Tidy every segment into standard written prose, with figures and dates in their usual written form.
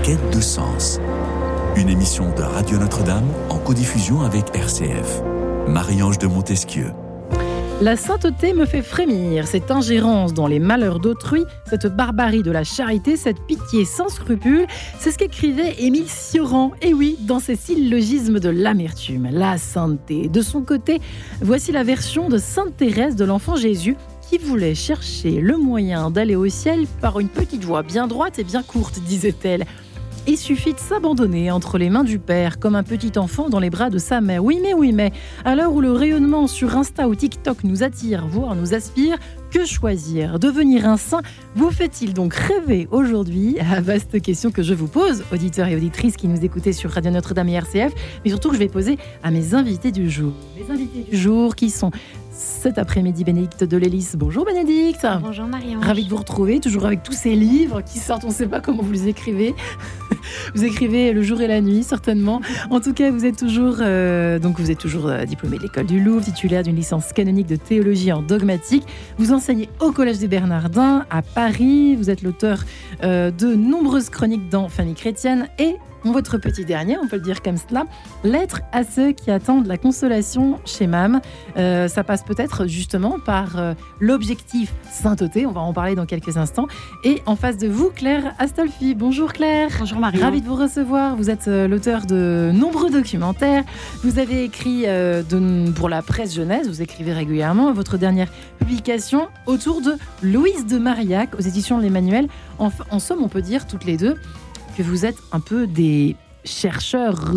quête de sens. Une émission de Radio Notre-Dame en codiffusion avec RCF. Marie-Ange de Montesquieu. La sainteté me fait frémir, cette ingérence dans les malheurs d'autrui, cette barbarie de la charité, cette pitié sans scrupules, c'est ce qu'écrivait Émile Cioran, et oui, dans ses syllogismes de l'amertume, la sainteté. De son côté, voici la version de Sainte Thérèse de l'Enfant Jésus, qui voulait chercher le moyen d'aller au ciel par une petite voie bien droite et bien courte, disait-elle. Il suffit de s'abandonner entre les mains du Père, comme un petit enfant dans les bras de sa mère. Oui mais, à l'heure où le rayonnement sur Insta ou TikTok nous attire, voire nous aspire, que choisir ? Devenir un saint vous fait-il donc rêver aujourd'hui ? Vaste question que je vous pose, auditeurs et auditrices qui nous écoutez sur Radio Notre-Dame et RCF, mais surtout que je vais poser à mes invités du jour. Les invités du jour qui sont cet après-midi Bénédicte Delélis. Bonjour Bénédicte. Bonjour Marie-Ange. Ravie de vous retrouver, toujours avec tous ces livres qui sortent, on ne sait pas comment vous les écrivez. Vous écrivez le jour et la nuit, certainement. En tout cas, vous êtes toujours diplômé de l'école du Louvre, titulaire d'une licence canonique de théologie en dogmatique. Vous enseignez au Collège des Bernardins à Paris. Vous êtes l'auteur de nombreuses chroniques dans Famille chrétienne et votre petit dernier, on peut le dire comme cela, Lettre à ceux qui attendent la consolation chez MAM. Ça passe peut-être justement par l'objectif sainteté, on va en parler dans quelques instants. Et en face de vous, Claire Astolfi. Bonjour Claire. Bonjour Marie. Ravie de vous recevoir. Vous êtes l'auteur de nombreux documentaires. Vous avez écrit pour la presse jeunesse, vous écrivez régulièrement. Votre dernière publication autour de Louise de Marillac aux éditions de l'Emmanuel. En somme, on peut dire toutes les deux que vous êtes un peu des chercheurs,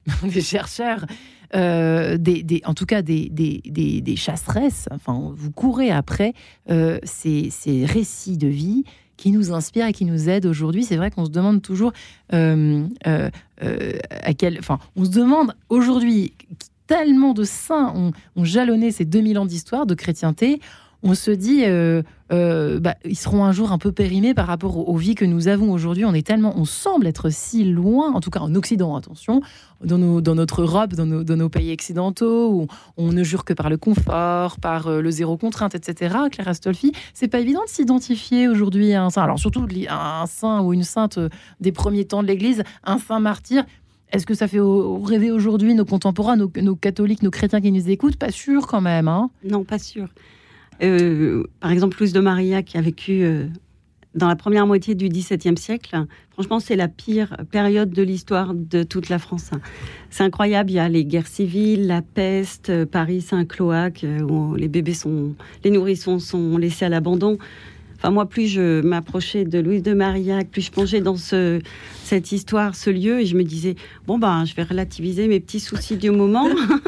en tout cas des chasseresses. Enfin, vous courez après ces récits de vie qui nous inspirent et qui nous aident aujourd'hui. C'est vrai qu'on se demande toujours on se demande aujourd'hui, tellement de saints ont jalonné ces 2000 ans d'histoire de chrétienté. On se dit, ils seront un jour un peu périmés par rapport aux vies que nous avons aujourd'hui. On semble être si loin, en tout cas en Occident, attention, dans notre Europe, dans nos pays occidentaux, où on ne jure que par le confort, par le zéro contrainte, etc. Claire Astolfi, c'est pas évident de s'identifier aujourd'hui à un saint. Alors surtout à un saint ou une sainte des premiers temps de l'Église, un saint martyr. Est-ce que ça fait rêver aujourd'hui nos contemporains, nos catholiques, nos chrétiens qui nous écoutent ? Pas sûr quand même, hein ? Non, pas sûr. Par exemple, Louise de Marillac qui a vécu dans la première moitié du XVIIe siècle. Franchement, c'est la pire période de l'histoire de toute la France. C'est incroyable. Il y a les guerres civiles, la peste, Paris, c'est un cloaque où les nourrissons sont laissés à l'abandon. Enfin, moi, plus je m'approchais de Louise de Marillac, plus je plongeais dans cette histoire, ce lieu, et je me disais, je vais relativiser mes petits soucis du moment.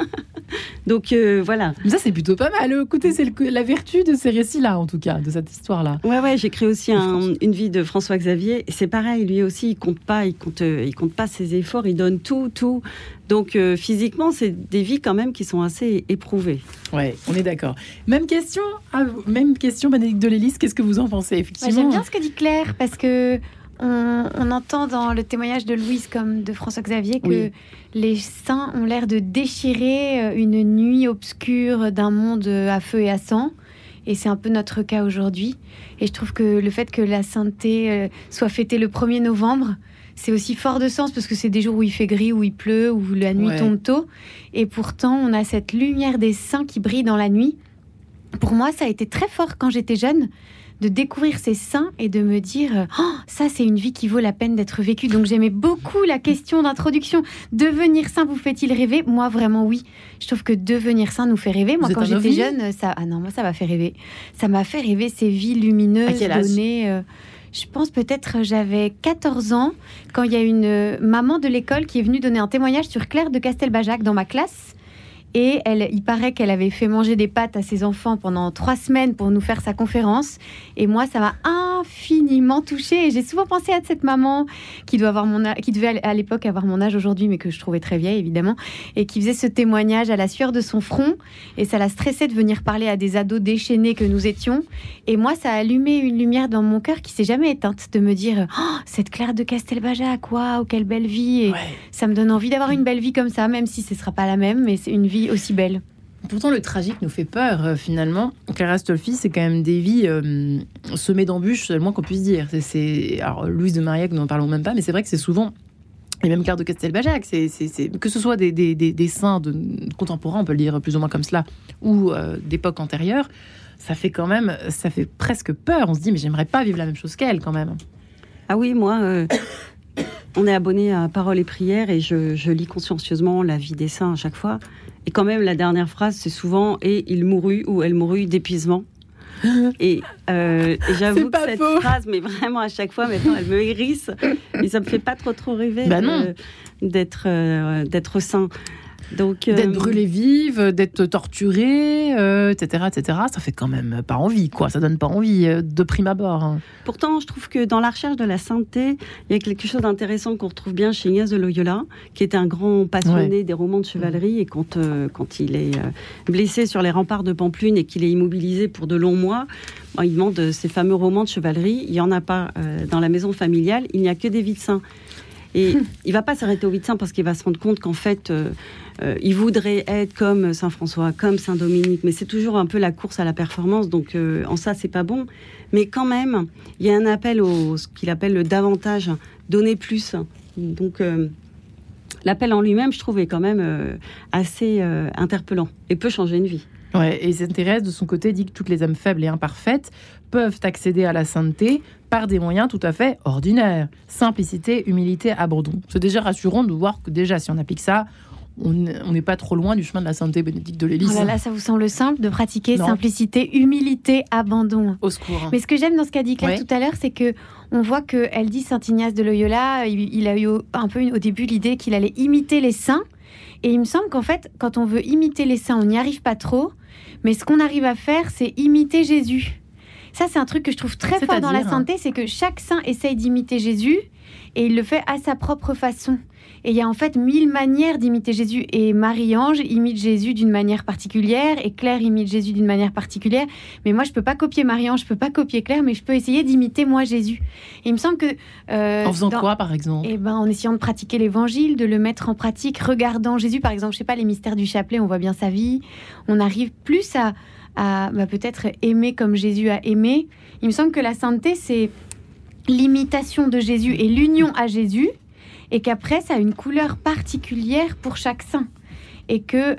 Donc voilà. Mais ça, c'est plutôt pas mal. Écoutez, c'est la vertu de ces récits-là, en tout cas, de cette histoire-là. Ouais, j'ai créé aussi une vie de François Xavier. Et c'est pareil, lui aussi, il compte pas ses efforts, il donne tout. Donc physiquement, c'est des vies quand même qui sont assez éprouvées. Ouais, on est d'accord. Même question, Bénédicte Delélis. Qu'est-ce que vous en pensez, effectivement ? J'aime bien ce que dit Claire, parce que on entend dans le témoignage de Louise comme de François Xavier que les saints ont l'air de déchirer une nuit obscure d'un monde à feu et à sang. Et c'est un peu notre cas aujourd'hui. Et je trouve que le fait que la sainteté soit fêtée le 1er novembre, c'est aussi fort de sens parce que c'est des jours où il fait gris, où il pleut, où la nuit tombe tôt. Et pourtant, on a cette lumière des saints qui brille dans la nuit. Pour moi, ça a été très fort quand j'étais jeune de découvrir ces saints et de me dire ça, c'est une vie qui vaut la peine d'être vécue. Donc j'aimais beaucoup la question d'introduction. Devenir saint vous fait-il rêver ? Moi, vraiment, oui. Je trouve que devenir saint nous fait rêver. Moi, quand j'étais jeune, moi, ça m'a fait rêver. Ça m'a fait rêver ces vies lumineuses. À quel âge ? Données. Je pense peut-être j'avais 14 ans quand il y a une maman de l'école qui est venue donner un témoignage sur Claire de Castelbajac dans ma classe. Et il paraît qu'elle avait fait manger des pâtes à ses enfants pendant 3 semaines pour nous faire sa conférence. Et moi, ça m'a infiniment touchée. Et j'ai souvent pensé à cette maman qui devait à l'époque avoir mon âge aujourd'hui, mais que je trouvais très vieille, évidemment, et qui faisait ce témoignage à la sueur de son front. Et ça la stressait de venir parler à des ados déchaînés que nous étions. Et moi, ça a allumé une lumière dans mon cœur qui s'est jamais éteinte, de me dire cette Claire de Castelbajac, waouh, quelle belle vie. Et ça me donne envie d'avoir une belle vie comme ça, même si ce ne sera pas la même, mais c'est une vie aussi belle. Pourtant, le tragique nous fait peur, finalement. Claire Astolfi, c'est quand même des vies semées d'embûches, c'est le moins qu'on puisse dire. Alors, Louise de Marillac, nous n'en parlons même pas, mais c'est vrai que c'est souvent... Et même Claire de Castelbajac, que ce soit des saints contemporains, on peut le dire plus ou moins comme cela, ou d'époque antérieure, ça fait presque peur. On se dit, mais j'aimerais pas vivre la même chose qu'elle, quand même. Ah oui, moi, on est abonné à Paroles et Prières et je lis consciencieusement la vie des saints à chaque fois. Et quand même, la dernière phrase, c'est souvent « et il mourut ou elle mourut d'épuisement ». Et j'avoue que cette phrase, mais vraiment à chaque fois, maintenant, elle me hérisse. Et ça me fait pas trop rêver d'être saint. Donc, d'être brûlée vive, d'être torturée, etc., etc. Ça fait quand même pas envie, quoi. Ça donne pas envie de prime abord. Hein. Pourtant, je trouve que dans la recherche de la sainteté, il y a quelque chose d'intéressant qu'on retrouve bien chez Ignace de Loyola, qui était un grand passionné des romans de chevalerie. Et quand il est blessé sur les remparts de Pampelune et qu'il est immobilisé pour de longs mois, il demande ces fameux romans de chevalerie. Il n'y en a pas dans la maison familiale. Il n'y a que des vies de saints. Et il va pas s'arrêter au vies de saints parce qu'il va se rendre compte qu'en fait, il voudrait être comme Saint François, comme Saint Dominique, mais c'est toujours un peu la course à la performance, donc en ça, c'est pas bon. Mais quand même, il y a un appel au ce qu'il appelle le davantage, donner plus. Donc, l'appel en lui-même, je trouve, est quand même assez interpellant et peut changer une vie. Ouais, et Sainte Thérèse, de son côté, dit que toutes les âmes faibles et imparfaites peuvent accéder à la sainteté par des moyens tout à fait ordinaires. Simplicité, humilité, abandon. C'est déjà rassurant de voir que déjà, si on applique ça, on n'est pas trop loin du chemin de la sainteté bénédicte de l'Église. Oh là là, ça vous semble simple de pratiquer simplicité, humilité, abandon. Au secours. Mais ce que j'aime dans ce qu'a dit Claire tout à l'heure, c'est que on voit qu'elle dit Saint Ignace de Loyola, il a eu un peu au début l'idée qu'il allait imiter les saints. Et il me semble qu'en fait, quand on veut imiter les saints, on n'y arrive pas trop. Mais ce qu'on arrive à faire, c'est imiter Jésus. Ça, c'est un truc que je trouve très fort dans la sainteté, c'est que chaque saint essaye d'imiter Jésus et il le fait à sa propre façon. Et il y a en fait 1000 manières d'imiter Jésus. Et Marie-Ange imite Jésus d'une manière particulière et Claire imite Jésus d'une manière particulière. Mais moi, je peux pas copier Marie-Ange, je peux pas copier Claire, mais je peux essayer d'imiter moi Jésus. Et il me semble que... en faisant quoi, par exemple ? En essayant de pratiquer l'évangile, de le mettre en pratique, regardant Jésus. Par exemple, je sais pas, les mystères du chapelet, on voit bien sa vie. On arrive plus à peut-être aimer comme Jésus a aimé. Il me semble que la sainteté, c'est l'imitation de Jésus et l'union à Jésus, et qu'après, ça a une couleur particulière pour chaque saint. Et que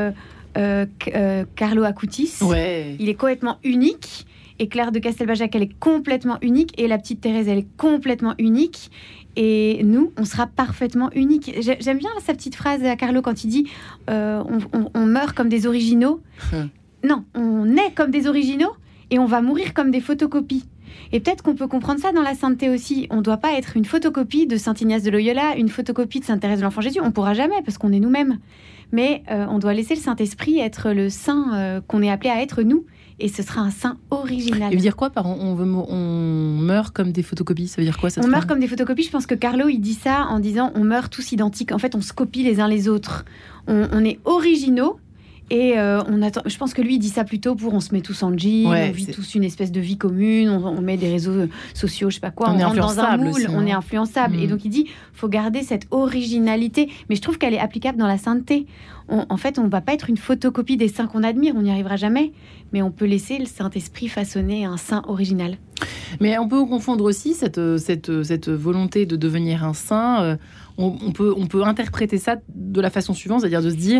Carlo Acutis, il est complètement unique, et Claire de Castelbajac, elle est complètement unique, et la petite Thérèse, elle est complètement unique, et nous, on sera parfaitement unique. J'aime bien sa petite phrase à Carlo quand il dit on meurt comme des originaux. Non, on est comme des originaux, et on va mourir comme des photocopies. Et peut-être qu'on peut comprendre ça dans la sainteté aussi. On ne doit pas être une photocopie de Saint Ignace de Loyola, une photocopie de Sainte Thérèse de l'Enfant Jésus. On ne pourra jamais, parce qu'on est nous-mêmes. Mais on doit laisser le Saint-Esprit être le saint qu'on est appelé à être nous. Et ce sera un saint original. Ça veut dire quoi par on meurt comme des photocopies ? Ça veut dire quoi cette phrase ? Meurt comme des photocopies. Je pense que Carlo, il dit ça en disant on meurt tous identiques. En fait, on se copie les uns les autres. On est originaux. Et je pense que lui, il dit ça plutôt pour on se met tous en jean, on vit tous une espèce de vie commune, on met des réseaux sociaux, je sais pas quoi, on rentre dans un moule, aussi, on est influençable. Et donc il dit, faut garder cette originalité. Mais je trouve qu'elle est applicable dans la sainteté. En fait, on va pas être une photocopie des saints qu'on admire, on n'y arrivera jamais. Mais on peut laisser le Saint-Esprit façonner un saint original. Mais on peut confondre aussi cette volonté de devenir un saint. On peut interpréter ça de la façon suivante, c'est-à-dire de se dire...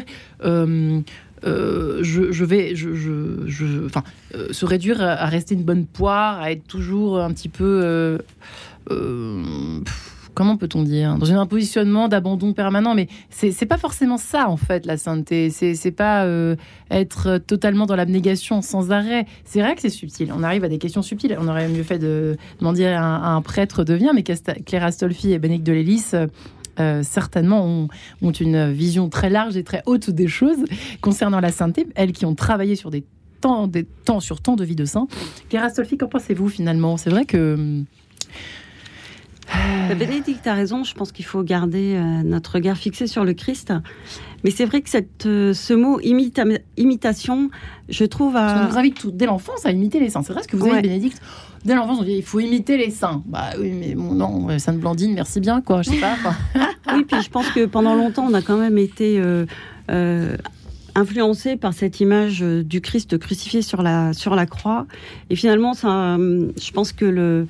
se réduire à rester une bonne poire, à être toujours un petit peu... comment peut-on dire ? Dans un positionnement d'abandon permanent. Mais c'est pas forcément ça, en fait, la sainteté. C'est pas être totalement dans l'abnégation sans arrêt. C'est vrai que c'est subtil. On arrive à des questions subtiles. On aurait mieux fait de demander à un prêtre de venir, mais Claire Astolfi et Bénédicte de Lélis... certainement ont une vision très large et très haute des choses concernant la sainteté, elles qui ont travaillé sur des temps sur tant de vies de saints. Claire Astolfi, qu'en pensez-vous finalement ? C'est vrai que... Bénédicte a raison, je pense qu'il faut garder notre regard fixé sur le Christ. Mais c'est vrai que ce mot imitation, je trouve... On nous invite dès l'enfance à imiter les saints. C'est vrai ce que vous avez, Bénédicte ? Dès l'enfance, on dit il faut imiter les saints. Bah oui, mais bon, non, Sainte Blandine, merci bien, quoi, je sais pas. Oui, puis je pense que pendant longtemps, on a quand même été influencés par cette image du Christ crucifié sur la croix. Et finalement, ça, je pense que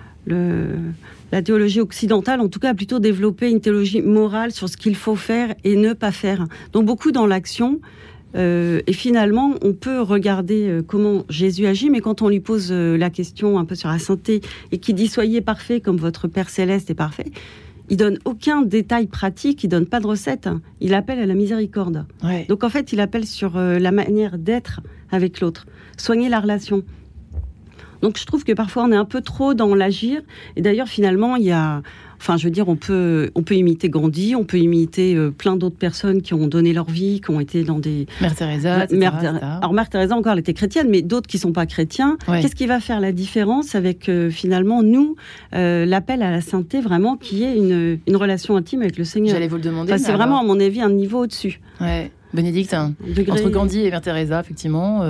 la théologie occidentale, en tout cas, a plutôt développé une théologie morale sur ce qu'il faut faire et ne pas faire. Donc beaucoup dans l'action. Et finalement, on peut regarder comment Jésus agit, mais quand on lui pose la question un peu sur la sainteté et qu'il dit « Soyez parfaits comme votre Père Céleste est parfait », il donne aucun détail pratique, il donne pas de recette. Il appelle à la miséricorde. Ouais. Donc en fait, il appelle sur la manière d'être avec l'autre, soigner la relation. Donc je trouve que parfois on est un peu trop dans l'agir. Et d'ailleurs finalement il y a, enfin je veux dire on peut imiter Gandhi, on peut imiter plein d'autres personnes qui ont donné leur vie, qui ont été dans des Mère Teresa, etc. Alors Mère Teresa encore elle était chrétienne, mais d'autres qui sont pas chrétiens. Ouais. Qu'est-ce qui va faire la différence avec finalement nous l'appel à la sainteté vraiment qui est une relation intime avec le Seigneur. J'allais vous le demander. Enfin, c'est vraiment à mon avis un niveau au-dessus. Ouais. Bénédicte, entre Gandhi et Mère Teresa effectivement.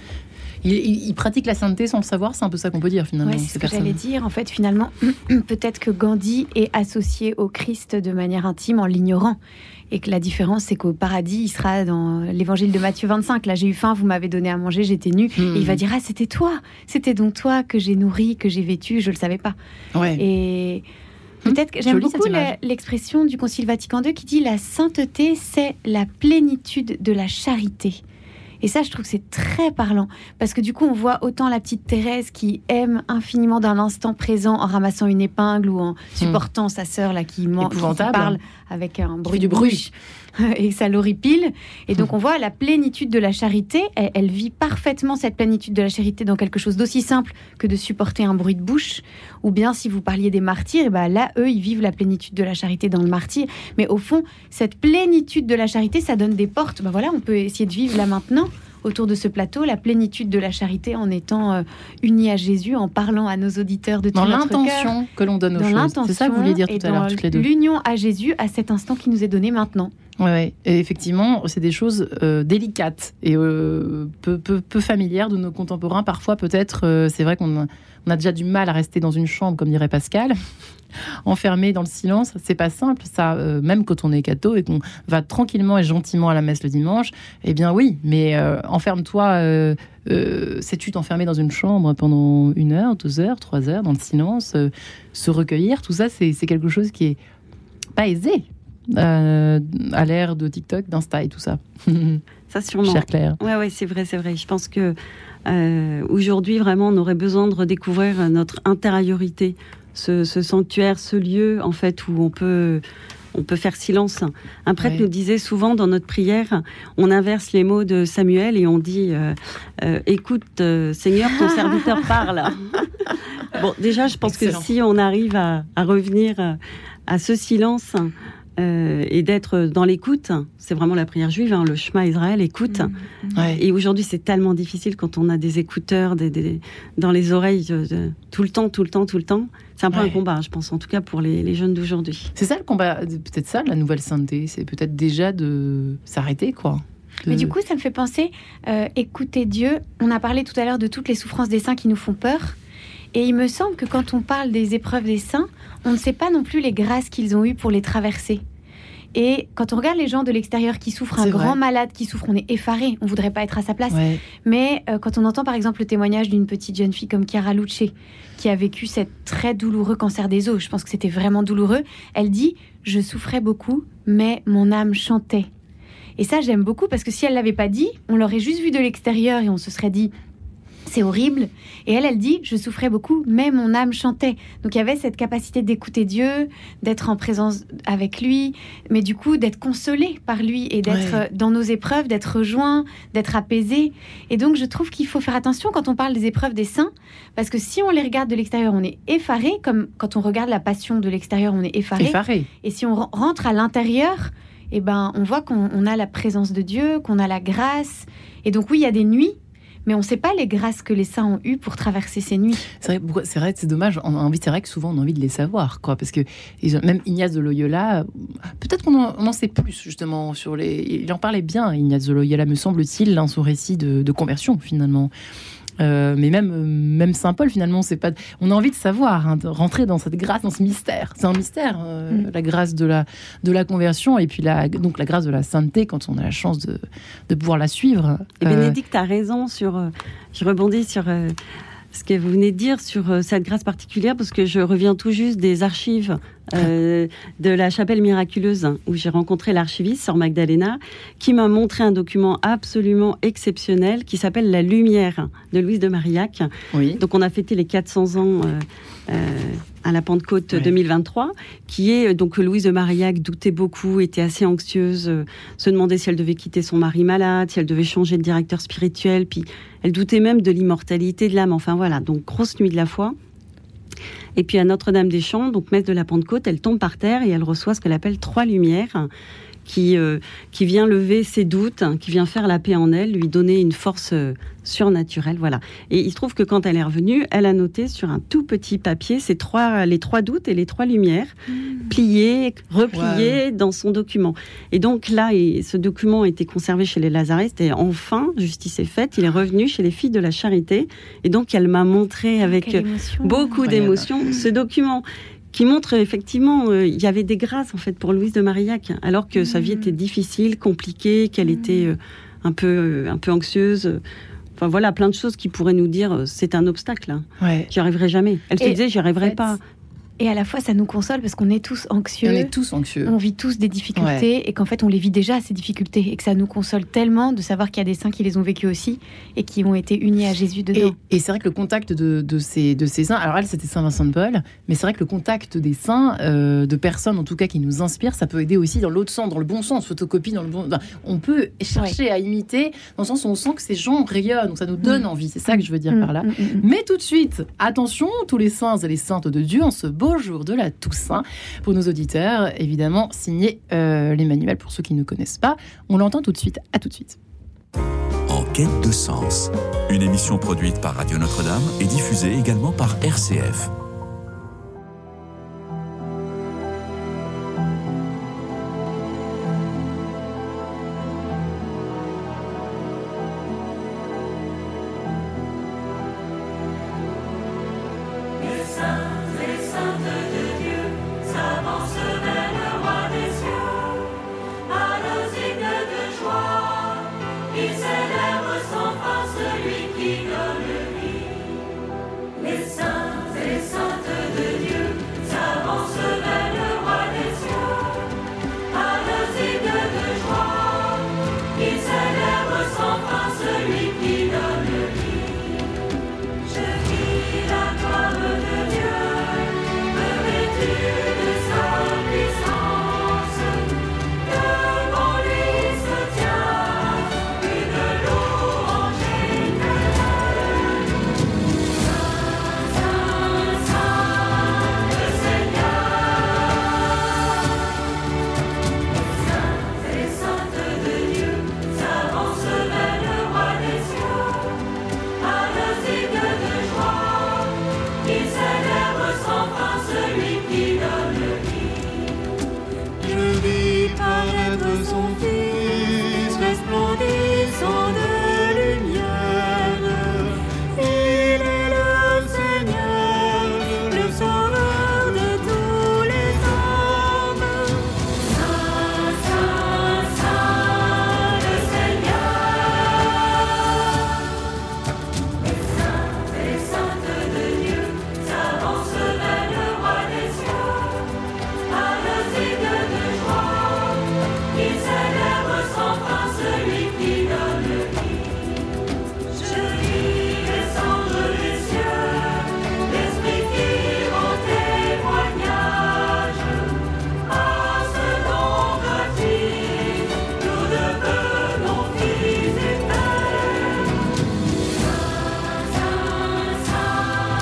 Il pratique la sainteté sans le savoir, c'est un peu ça qu'on peut dire finalement. Ouais, c'est ce que j'allais dire. En fait, finalement, peut-être que Gandhi est associé au Christ de manière intime en l'ignorant. Et que la différence, c'est qu'au paradis, il sera dans l'évangile de Matthieu 25. Là, j'ai eu faim, vous m'avez donné à manger, j'étais nu. Et il va dire, ah, c'était toi. C'était donc toi que j'ai nourri, que j'ai vêtu, je le savais pas. Ouais. Et peut-être que j'aime beaucoup l'expression du Concile Vatican II qui dit, la sainteté, c'est la plénitude de la charité. Et ça, je trouve que c'est très parlant. Parce que du coup, on voit autant la petite Thérèse qui aime infiniment d'un instant présent en ramassant une épingle ou en supportant sa sœur là, qui parle avec un bruit de bouche et ça l'horripile. Et donc, on voit la plénitude de la charité. Elle vit parfaitement cette plénitude de la charité dans quelque chose d'aussi simple que de supporter un bruit de bouche. Ou bien, si vous parliez des martyrs, et ben là, eux, ils vivent la plénitude de la charité dans le martyr. Mais au fond, cette plénitude de la charité, ça donne des portes. Ben voilà, on peut essayer de vivre là maintenant, autour de ce plateau, la plénitude de la charité en étant unis à Jésus, en parlant à nos auditeurs de tout notre cœur. Dans l'intention que l'on donne aux choses. C'est ça que vous vouliez dire tout à l'heure, toutes les deux. L'union à Jésus, à cet instant qui nous est donné maintenant. Oui, et effectivement, c'est des choses délicates et peu familières de nos contemporains. Parfois, peut-être, c'est vrai qu'on a déjà du mal à rester dans une chambre, comme dirait Pascal, enfermé dans le silence. C'est pas simple, ça. Même quand on est catho et qu'on va tranquillement et gentiment à la messe le dimanche, eh bien oui, mais enferme-toi. Sais-tu t'enfermer dans une chambre pendant 1 heure, 2 heures, 3 heures, dans le silence, se recueillir, tout ça, c'est quelque chose qui est pas aisé. À l'ère de TikTok, d'Insta et tout ça. Ça sûrement. Chère Claire. Ouais, c'est vrai. Je pense que aujourd'hui, vraiment, on aurait besoin de redécouvrir notre intériorité, ce sanctuaire, ce lieu, en fait, où on peut faire silence. Un prêtre nous disait souvent dans notre prière, on inverse les mots de Samuel et on dit écoute, Seigneur, ton serviteur parle. Bon, déjà, je pense que si on arrive à revenir à ce silence et d'être dans l'écoute, c'est vraiment la prière juive, le Shema Israël, écoute. Ouais. Et aujourd'hui, c'est tellement difficile quand on a des écouteurs dans les oreilles tout le temps. C'est un peu un combat, je pense, en tout cas pour les jeunes d'aujourd'hui. C'est ça le combat, peut-être ça, la nouvelle sainteté, c'est peut-être déjà de s'arrêter, quoi. Mais du coup, ça me fait penser, écouter Dieu. On a parlé tout à l'heure de toutes les souffrances des saints qui nous font peur. Et il me semble que quand on parle des épreuves des saints, on ne sait pas non plus les grâces qu'ils ont eues pour les traverser. Et quand on regarde les gens de l'extérieur qui souffrent, un grand malade qui souffre, on est effaré, on voudrait pas être à sa place. Ouais. Mais quand on entend par exemple le témoignage d'une petite jeune fille comme Chiara Luce, qui a vécu cet très douloureux cancer des os, je pense que c'était vraiment douloureux, elle dit « Je souffrais beaucoup, mais mon âme chantait ». Et ça, j'aime beaucoup, parce que si elle l'avait pas dit, on l'aurait juste vu de l'extérieur et on se serait dit « c'est horrible ». Et elle dit « je souffrais beaucoup, mais mon âme chantait ». Donc il y avait cette capacité d'écouter Dieu, d'être en présence avec lui, mais du coup d'être consolé par lui et d'être dans nos épreuves, d'être rejoint, d'être apaisé. Et donc je trouve qu'il faut faire attention quand on parle des épreuves des saints, parce que si on les regarde de l'extérieur, on est effaré, comme quand on regarde la passion de l'extérieur, on est effaré. Et si on rentre à l'intérieur, eh ben, on voit qu'on a la présence de Dieu, qu'on a la grâce. Et donc oui, il y a des nuits, mais on ne sait pas les grâces que les saints ont eues pour traverser ces nuits. C'est vrai, c'est dommage. C'est vrai que souvent on a envie de les savoir, quoi, parce que même Ignace de Loyola, peut-être qu'on en sait plus justement sur les. Il en parlait bien, Ignace de Loyola, me semble-t-il, dans son récit de conversion finalement. mais même Saint Paul, finalement, c'est pas. On a envie de savoir, hein, de rentrer dans cette grâce, dans ce mystère. C'est un mystère, la grâce de la conversion, et puis donc la grâce de la sainteté quand on a la chance de pouvoir la suivre. Et Bénédicte a raison je rebondis sur ce que vous venez de dire sur cette grâce particulière, parce que je reviens tout juste des archives de la chapelle miraculeuse, où j'ai rencontré l'archiviste, Sœur Magdalena, qui m'a montré un document absolument exceptionnel qui s'appelle La Lumière de Louise de Marillac. Oui. Donc on a fêté les 400 ans à la Pentecôte 2023, qui est donc Louise de Marillac doutait beaucoup, était assez anxieuse, se demandait si elle devait quitter son mari malade, si elle devait changer de directeur spirituel, puis elle doutait même de l'immortalité de l'âme. Enfin voilà, donc grosse nuit de la foi. Et puis à Notre-Dame-des-Champs, donc messe de la Pentecôte, elle tombe par terre et elle reçoit ce qu'elle appelle 3 lumières, qui vient lever ses doutes, qui vient faire la paix en elle, lui donner une force surnaturelle, voilà. Et il se trouve que quand elle est revenue, elle a noté sur un tout petit papier les 3 doutes et les 3 lumières, pliés, repliés dans son document. Et donc là, ce document a été conservé chez les Lazaristes, et enfin, justice est faite, il est revenu chez les Filles de la Charité, et donc elle m'a montré avec beaucoup d'émotion ce document, qui montre effectivement il y avait des grâces en fait pour Louise de Marillac, alors que sa vie était difficile, compliquée, qu'elle était un peu anxieuse. Enfin voilà, plein de choses qui pourraient nous dire c'est un obstacle. Ouais. J'y arriverai jamais. Elle se disait j'y arriverai pas. Et à la fois, ça nous console parce qu'on est tous anxieux. On vit tous des difficultés et qu'en fait, on les vit déjà, ces difficultés. Et que ça nous console tellement de savoir qu'il y a des saints qui les ont vécues aussi et qui ont été unis à Jésus dedans. Et c'est vrai que le contact de ces saints, alors elle, c'était Saint Vincent de Paul, mais c'est vrai que le contact des saints, de personnes en tout cas qui nous inspirent, ça peut aider aussi dans l'autre sens, dans le bon sens, photocopie dans le bon... On peut chercher à imiter, dans le sens où on sent que ces gens rayonnent, donc ça nous donne envie. C'est ça que je veux dire par là. Mais tout de suite, attention, tous les saints et les saintes de Dieu, en ce beau jour de la Toussaint. Pour nos auditeurs, évidemment, signé l'Emmanuel pour ceux qui ne connaissent pas. On l'entend tout de suite. À tout de suite. En quête de sens, une émission produite par Radio Notre-Dame et diffusée également par RCF. Les saints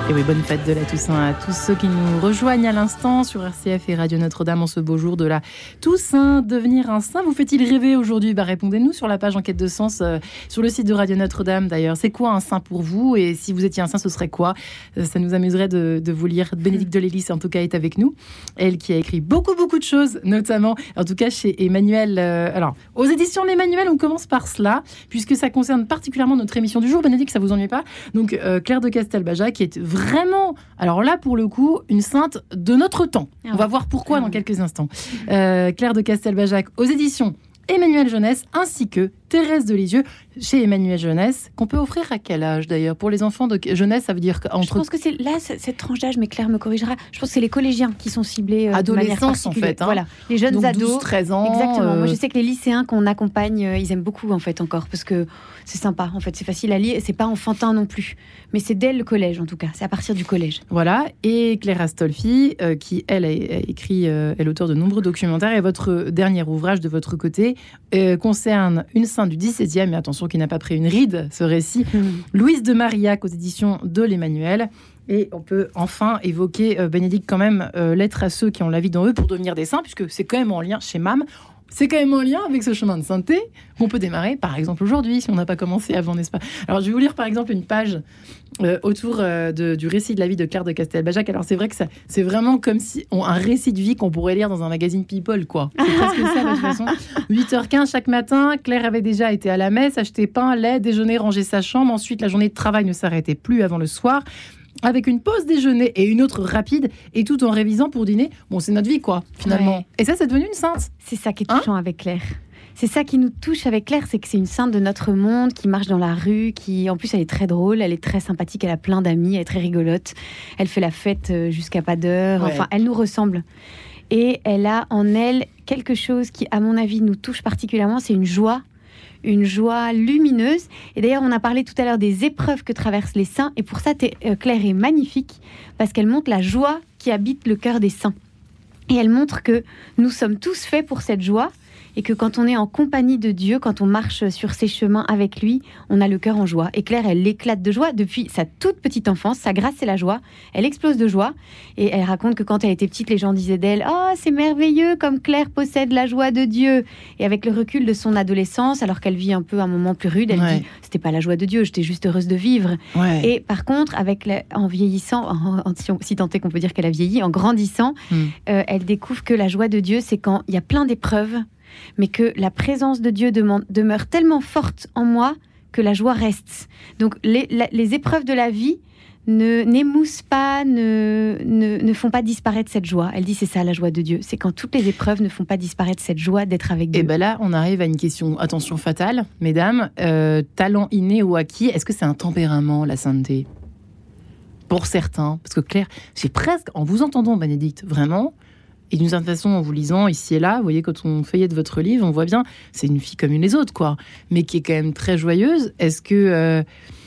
Et oui, bonne fête de la Toussaint à tous ceux qui nous rejoignent à l'instant sur RCF et Radio Notre-Dame en ce beau jour de la Toussaint. Devenir un saint, vous fait-il rêver aujourd'hui ? Répondez-nous sur la page Enquête de Sens sur le site de Radio Notre-Dame d'ailleurs. C'est quoi un saint pour vous ? Et si vous étiez un saint, ce serait quoi ? Ça nous amuserait de vous lire. Bénédicte Delélis, en tout cas, est avec nous. Elle qui a écrit beaucoup de choses, notamment, en tout cas, chez Emmanuel. Alors, aux éditions de l'Emmanuel, on commence par cela, puisque ça concerne particulièrement notre émission du jour. Bénédicte, ça vous ennuie pas ? Donc, Claire de Castelbajac, qui est vraiment, alors là, pour le coup, une sainte de notre temps. On va voir pourquoi dans quelques instants. Claire de Castelbajac, aux éditions Emmanuel Jeunesse, ainsi que Thérèse de Lisieux, chez Emmanuel Jeunesse, qu'on peut offrir à quel âge d'ailleurs ? Pour les enfants de jeunesse, ça veut dire qu'entre... Je pense que c'est là, cette tranche d'âge, mais Claire me corrigera, je pense que c'est les collégiens qui sont ciblés adolescence en fait. Voilà, les jeunes donc ados. 12-13 ans. Exactement. Moi, je sais que les lycéens qu'on accompagne, ils aiment beaucoup en fait encore, parce que c'est sympa, en fait, c'est facile à lire, et c'est pas enfantin non plus. Mais c'est dès le collège en tout cas, c'est à partir du collège. Voilà, et Claire Astolfi, qui elle a écrit, est l'auteur de nombreux documentaires, et votre dernier ouvrage de votre côté concerne une sainte du XVIIe, mais attention qui n'a pas pris une ride, ce récit, Louise de Marillac aux éditions de l'Emmanuel. Et on peut enfin évoquer, Bénédicte, quand même, Lettre à ceux qui ont la vie dans eux pour devenir des saints, puisque c'est quand même en lien chez MAM. C'est quand même en lien avec ce chemin de sainteté qu'on peut démarrer, par exemple, aujourd'hui, si on n'a pas commencé avant, n'est-ce pas ? Alors, je vais vous lire, par exemple, une page autour du récit de la vie de Claire de Castelbajac. Alors, c'est vrai que c'est vraiment comme si un récit de vie qu'on pourrait lire dans un magazine People, quoi. C'est presque ça, de toute façon. 8h15 chaque matin, Claire avait déjà été à la messe, acheté pain, lait, déjeuner, ranger sa chambre. Ensuite, la journée de travail ne s'arrêtait plus avant le soir, avec une pause déjeuner et une autre rapide, et tout en révisant pour dîner. Bon, c'est notre vie, quoi, finalement. Ouais. Et ça, c'est devenu une sainte. C'est ça qui est touchant avec Claire. C'est ça qui nous touche avec Claire, c'est que c'est une sainte de notre monde, qui marche dans la rue, qui, en plus, elle est très drôle, elle est très sympathique, elle a plein d'amis, elle est très rigolote. Elle fait la fête jusqu'à pas d'heure. Ouais. Enfin, elle nous ressemble. Et elle a en elle quelque chose qui, à mon avis, nous touche particulièrement, c'est une joie lumineuse. Et d'ailleurs, on a parlé tout à l'heure des épreuves que traversent les saints. Et pour ça, Claire est magnifique, parce qu'elle montre la joie qui habite le cœur des saints. Et elle montre que nous sommes tous faits pour cette joie, et que quand on est en compagnie de Dieu, quand on marche sur ses chemins avec lui, on a le cœur en joie. Et Claire, elle éclate de joie depuis sa toute petite enfance. Sa grâce, c'est la joie. Elle explose de joie. Et elle raconte que quand elle était petite, les gens disaient d'elle « Oh, c'est merveilleux comme Claire possède la joie de Dieu !» Et avec le recul de son adolescence, alors qu'elle vit un peu un moment plus rude, elle dit « C'était pas la joie de Dieu, j'étais juste heureuse de vivre. » Et par contre, en vieillissant, si tant est qu'on peut dire qu'elle a vieilli, en grandissant, elle découvre que la joie de Dieu, c'est quand il y a plein d'épreuves, mais que la présence de Dieu demeure tellement forte en moi que la joie reste. Donc les épreuves de la vie n'émoussent pas, ne font pas disparaître cette joie. Elle dit c'est ça la joie de Dieu, c'est quand toutes les épreuves ne font pas disparaître cette joie d'être avec Dieu. Et bien là, on arrive à une question, attention fatale, mesdames, talent inné ou acquis, est-ce que c'est un tempérament, la sainteté ? Pour certains, parce que Claire, j'ai presque, en vous entendant Bénédicte, vraiment... Et d'une certaine façon, en vous lisant ici et là, vous voyez, quand on feuillette votre livre, on voit bien, c'est une fille comme les autres, quoi, mais qui est quand même très joyeuse. Est-ce que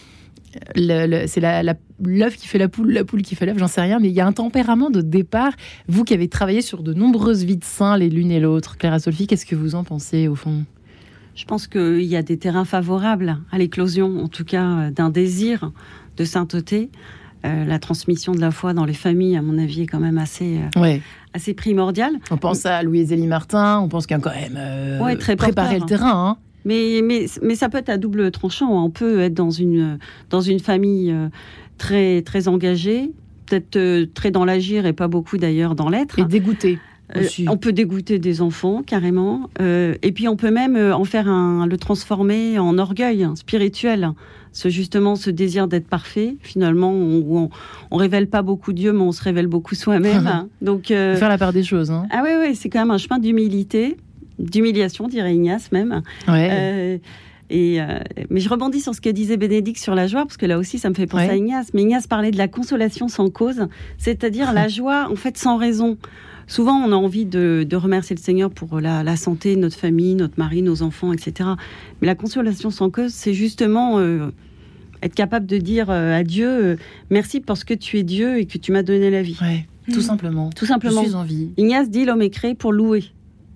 c'est l'œuf qui fait la poule qui fait l'œuf, j'en sais rien, mais il y a un tempérament de départ. Vous qui avez travaillé sur de nombreuses vies de saints, les l'une et l'autre, Claire Astolfi, qu'est-ce que vous en pensez, au fond ? Je pense qu'il y a des terrains favorables à l'éclosion, en tout cas, d'un désir de sainteté. La transmission de la foi dans les familles, à mon avis, est quand même assez primordiale. On pense à Louise-Élie Martin, on pense qu'il y a quand même préparé le terrain. Hein. Mais ça peut être à double tranchant. On peut être dans une famille très, très engagée, peut-être très dans l'agir et pas beaucoup d'ailleurs dans l'être. Et dégoûté. On peut dégoûter des enfants, carrément. Et puis on peut même le transformer en orgueil spirituel. Justement, ce désir d'être parfait, finalement, on révèle pas beaucoup Dieu, mais on se révèle beaucoup soi-même. Donc, faire la part des choses. Hein. Ah oui, c'est quand même un chemin d'humiliation, dirait Ignace même. Ouais. Mais je rebondis sur ce que disait Bénédicte sur la joie, parce que là aussi, ça me fait penser à Ignace. Mais Ignace parlait de la consolation sans cause, c'est-à-dire la joie, en fait, sans raison. Souvent, on a envie de remercier le Seigneur pour la santé de notre famille, notre mari, nos enfants, etc. Mais la consolation sans cause, c'est justement être capable de dire à Dieu merci parce que tu es Dieu et que tu m'as donné la vie. Ouais, tout simplement. Tout simplement. Je suis en vie. Ignace dit l'homme est créé pour louer.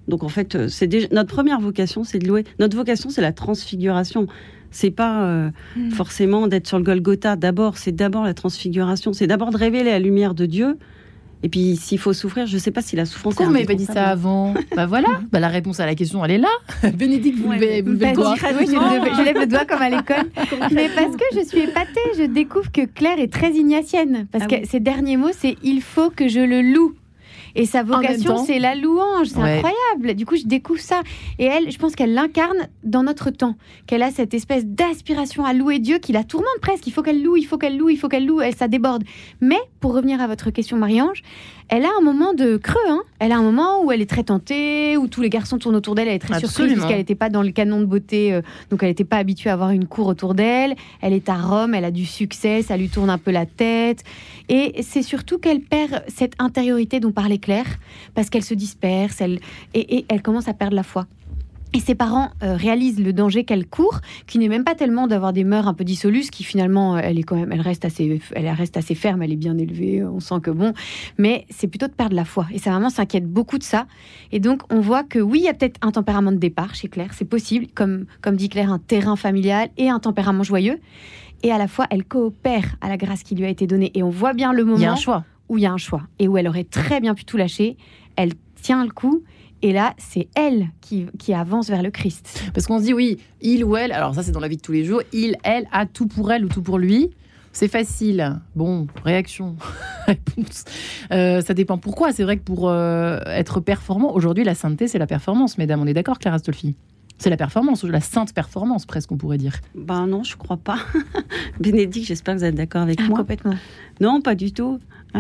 Donc en fait, c'est déjà notre première vocation, c'est de louer. Notre vocation, c'est la transfiguration. C'est pas forcément d'être sur le Golgotha. C'est d'abord la transfiguration. C'est d'abord de révéler la lumière de Dieu. Et puis, s'il faut souffrir, je ne sais pas si la souffrance est pourquoi vous m'avez pas dit ça avant? Bah voilà, la réponse à la question, elle est là. Bénédicte, vous levez le doigt. Oui, je lève le doigt comme à l'école. Mais parce que je suis épatée, je découvre que Claire est très ignatienne. Parce que ses derniers mots, c'est « il faut que je le loue ». Et sa vocation, c'est la louange. C'est incroyable. Du coup, je découvre ça. Et elle, je pense qu'elle l'incarne dans notre temps. Qu'elle a cette espèce d'aspiration à louer Dieu qui la tourmente presque. Il faut qu'elle loue, il faut qu'elle loue, il faut qu'elle loue. Et ça déborde. Mais, pour revenir à votre question, Marie-Ange, elle a un moment de creux. Elle a un moment où elle est très tentée, où tous les garçons tournent autour d'elle. Elle est très surprise parce qu'elle n'était pas dans le canon de beauté. Donc, elle n'était pas habituée à avoir une cour autour d'elle. Elle est à Rome, elle a du succès, ça lui tourne un peu la tête. Et c'est surtout qu'elle perd cette intériorité dont parlait Claire, parce qu'elle se disperse, et elle commence à perdre la foi. Et ses parents réalisent le danger qu'elle court, qui n'est même pas tellement d'avoir des mœurs un peu dissolues, qui finalement, elle reste assez ferme, elle est bien élevée, on sent que bon, mais c'est plutôt de perdre la foi. Et sa maman s'inquiète beaucoup de ça. Et donc, on voit que oui, il y a peut-être un tempérament de départ chez Claire, c'est possible, comme dit Claire, un terrain familial et un tempérament joyeux. Et à la fois, elle coopère à la grâce qui lui a été donnée. Et on voit bien le moment où il y a un choix et où elle aurait très bien pu tout lâcher. Elle tient le coup. Et là, c'est elle qui avance vers le Christ. Parce qu'on se dit, oui, il ou elle, alors ça c'est dans la vie de tous les jours, il, elle a tout pour elle ou tout pour lui. C'est facile. Bon, réaction, réponse. Ça dépend pourquoi. C'est vrai que pour être performant, aujourd'hui la sainteté c'est la performance, mesdames. On est d'accord, Claire Astolfi? C'est la performance, la sainte performance, presque, on pourrait dire. Ben non, je crois pas. Bénédicte, j'espère que vous êtes d'accord avec moi. Complètement. Non, pas du tout.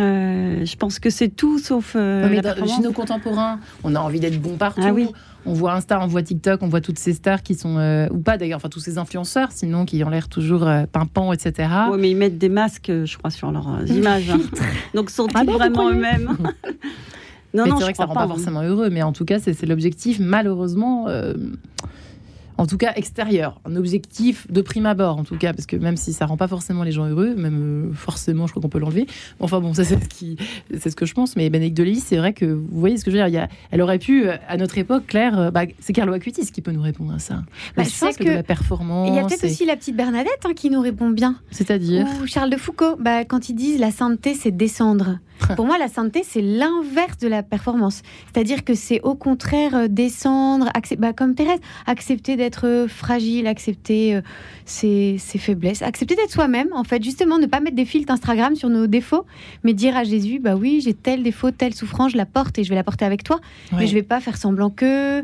Je pense que c'est tout sauf la performance. Chez nos contemporains, on a envie d'être bon partout. Ah oui. On voit Insta, on voit TikTok, on voit toutes ces stars qui sont... ou pas d'ailleurs, enfin tous ces influenceurs, sinon, qui ont l'air toujours pimpants, etc. Oui, mais ils mettent des masques, je crois, sur leurs images. Donc, sont-ils vraiment eux-mêmes? Non, c'est vrai que ça ne rend pas forcément heureux, mais en tout cas, c'est l'objectif, malheureusement, en tout cas extérieur. Un objectif de prime abord, en tout cas, parce que même si ça ne rend pas forcément les gens heureux, même forcément, je crois qu'on peut l'enlever. Enfin bon, ça, c'est ce que je pense. Mais Bénédicte de Lévis, c'est vrai que vous voyez ce que je veux dire. Elle aurait pu, à notre époque, Claire, c'est Carlo Acutis qui peut nous répondre à ça. Le siècle de la performance. Il y a peut-être aussi la petite Bernadette qui nous répond bien. C'est-à-dire ou Charles de Foucault, quand ils disent la sainteté, c'est descendre. Pour moi, la sainteté, c'est l'inverse de la performance. C'est-à-dire que c'est au contraire descendre, comme Thérèse, accepter d'être fragile, accepter ses faiblesses, accepter d'être soi-même, en fait. Justement, ne pas mettre des filtres Instagram sur nos défauts, mais dire à Jésus, oui, j'ai tel défaut, telle souffrance, je la porte et je vais la porter avec toi. Ouais. Mais je ne vais pas faire semblant que...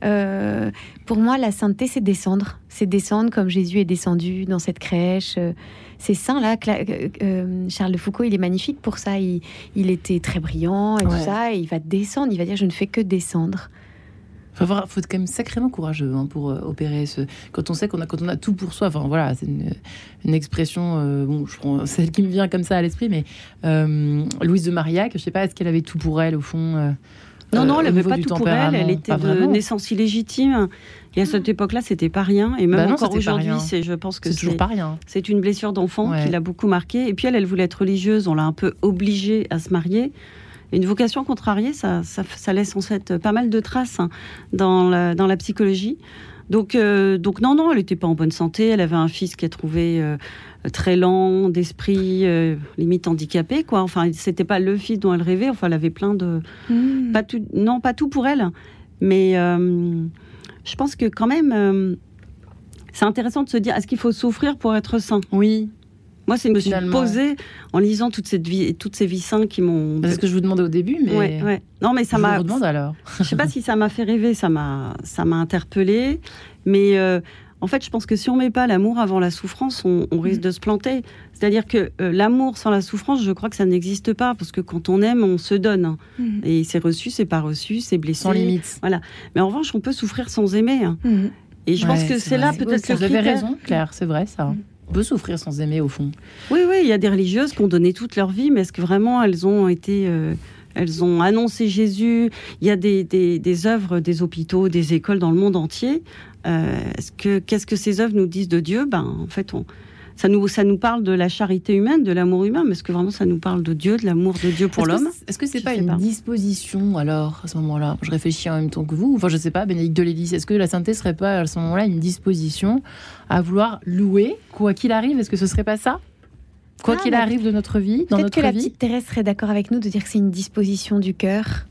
pour moi, la sainteté, c'est descendre. C'est descendre comme Jésus est descendu dans cette crèche... Ces saints-là, Charles de Foucault, il est magnifique pour ça. Il était très brillant et tout ça. Et il va descendre, il va dire « je ne fais que descendre ». Il faut être quand même sacrément courageux pour opérer quand on sait quand on a tout pour soi. Enfin voilà, c'est une expression. Je prends celle qui me vient comme ça à l'esprit, mais Louise de Marillac, je ne sais pas, est-ce qu'elle avait tout pour elle au fond Non, elle n'avait pas tout pour elle. Elle était de naissance illégitime. Et à cette époque-là, c'était pas rien. Et même encore aujourd'hui, je pense que c'est toujours pas rien. C'est une blessure d'enfant qui l'a beaucoup marquée. Et puis elle voulait être religieuse. On l'a un peu obligée à se marier. Et une vocation contrariée, ça laisse en fait pas mal de traces dans la psychologie. Donc non, elle n'était pas en bonne santé. Elle avait un fils qu'elle trouvait très lent, d'esprit, limite handicapé, quoi. Enfin, c'était pas le fils dont elle rêvait. Enfin, elle avait plein de... Pas tout pour elle. Mais je pense que quand même, c'est intéressant de se dire, est-ce qu'il faut souffrir pour être saint? Oui. Moi, je me suis posée en lisant toutes ces vies saintes qui m'ont... C'est ce que je vous demandais au début, mais... Ouais. Non, mais ça m'a... Je vous demande alors. Je sais pas si ça m'a fait rêver, ça m'a interpellée. Mais en fait, je pense que si on met pas l'amour avant la souffrance, on risque de se planter. C'est-à-dire que l'amour sans la souffrance, je crois que ça n'existe pas. Parce que quand on aime, on se donne. Et c'est reçu, c'est pas reçu, c'est blessé. Sans limite. Voilà. Mais en revanche, on peut souffrir sans aimer. Et je pense que c'est là peut-être le critère. Vous avez raison, Claire, c'est vrai ça. On peut souffrir sans aimer, au fond. Oui, il y a des religieuses qui ont donné toute leur vie, mais est-ce que vraiment elles ont été... elles ont annoncé Jésus. Il y a des œuvres, des hôpitaux, des écoles dans le monde entier. Qu'est-ce que ces œuvres nous disent de Dieu? En fait, Ça nous parle de la charité humaine, de l'amour humain, mais est-ce que vraiment ça nous parle de Dieu, de l'amour de Dieu pour l'homme ? Est-ce que c'est pas une disposition, alors, à ce moment-là ? Je réfléchis en même temps que vous. Enfin, je sais pas, Bénédicte de Lélis, est-ce que la sainteté serait pas, à ce moment-là, une disposition à vouloir louer, quoi qu'il arrive ? Est-ce que ce serait pas ça ? Quoi qu'il arrive de notre vie, dans notre vie ? Peut-être que la petite Thérèse serait d'accord avec nous de dire que c'est une disposition du cœur,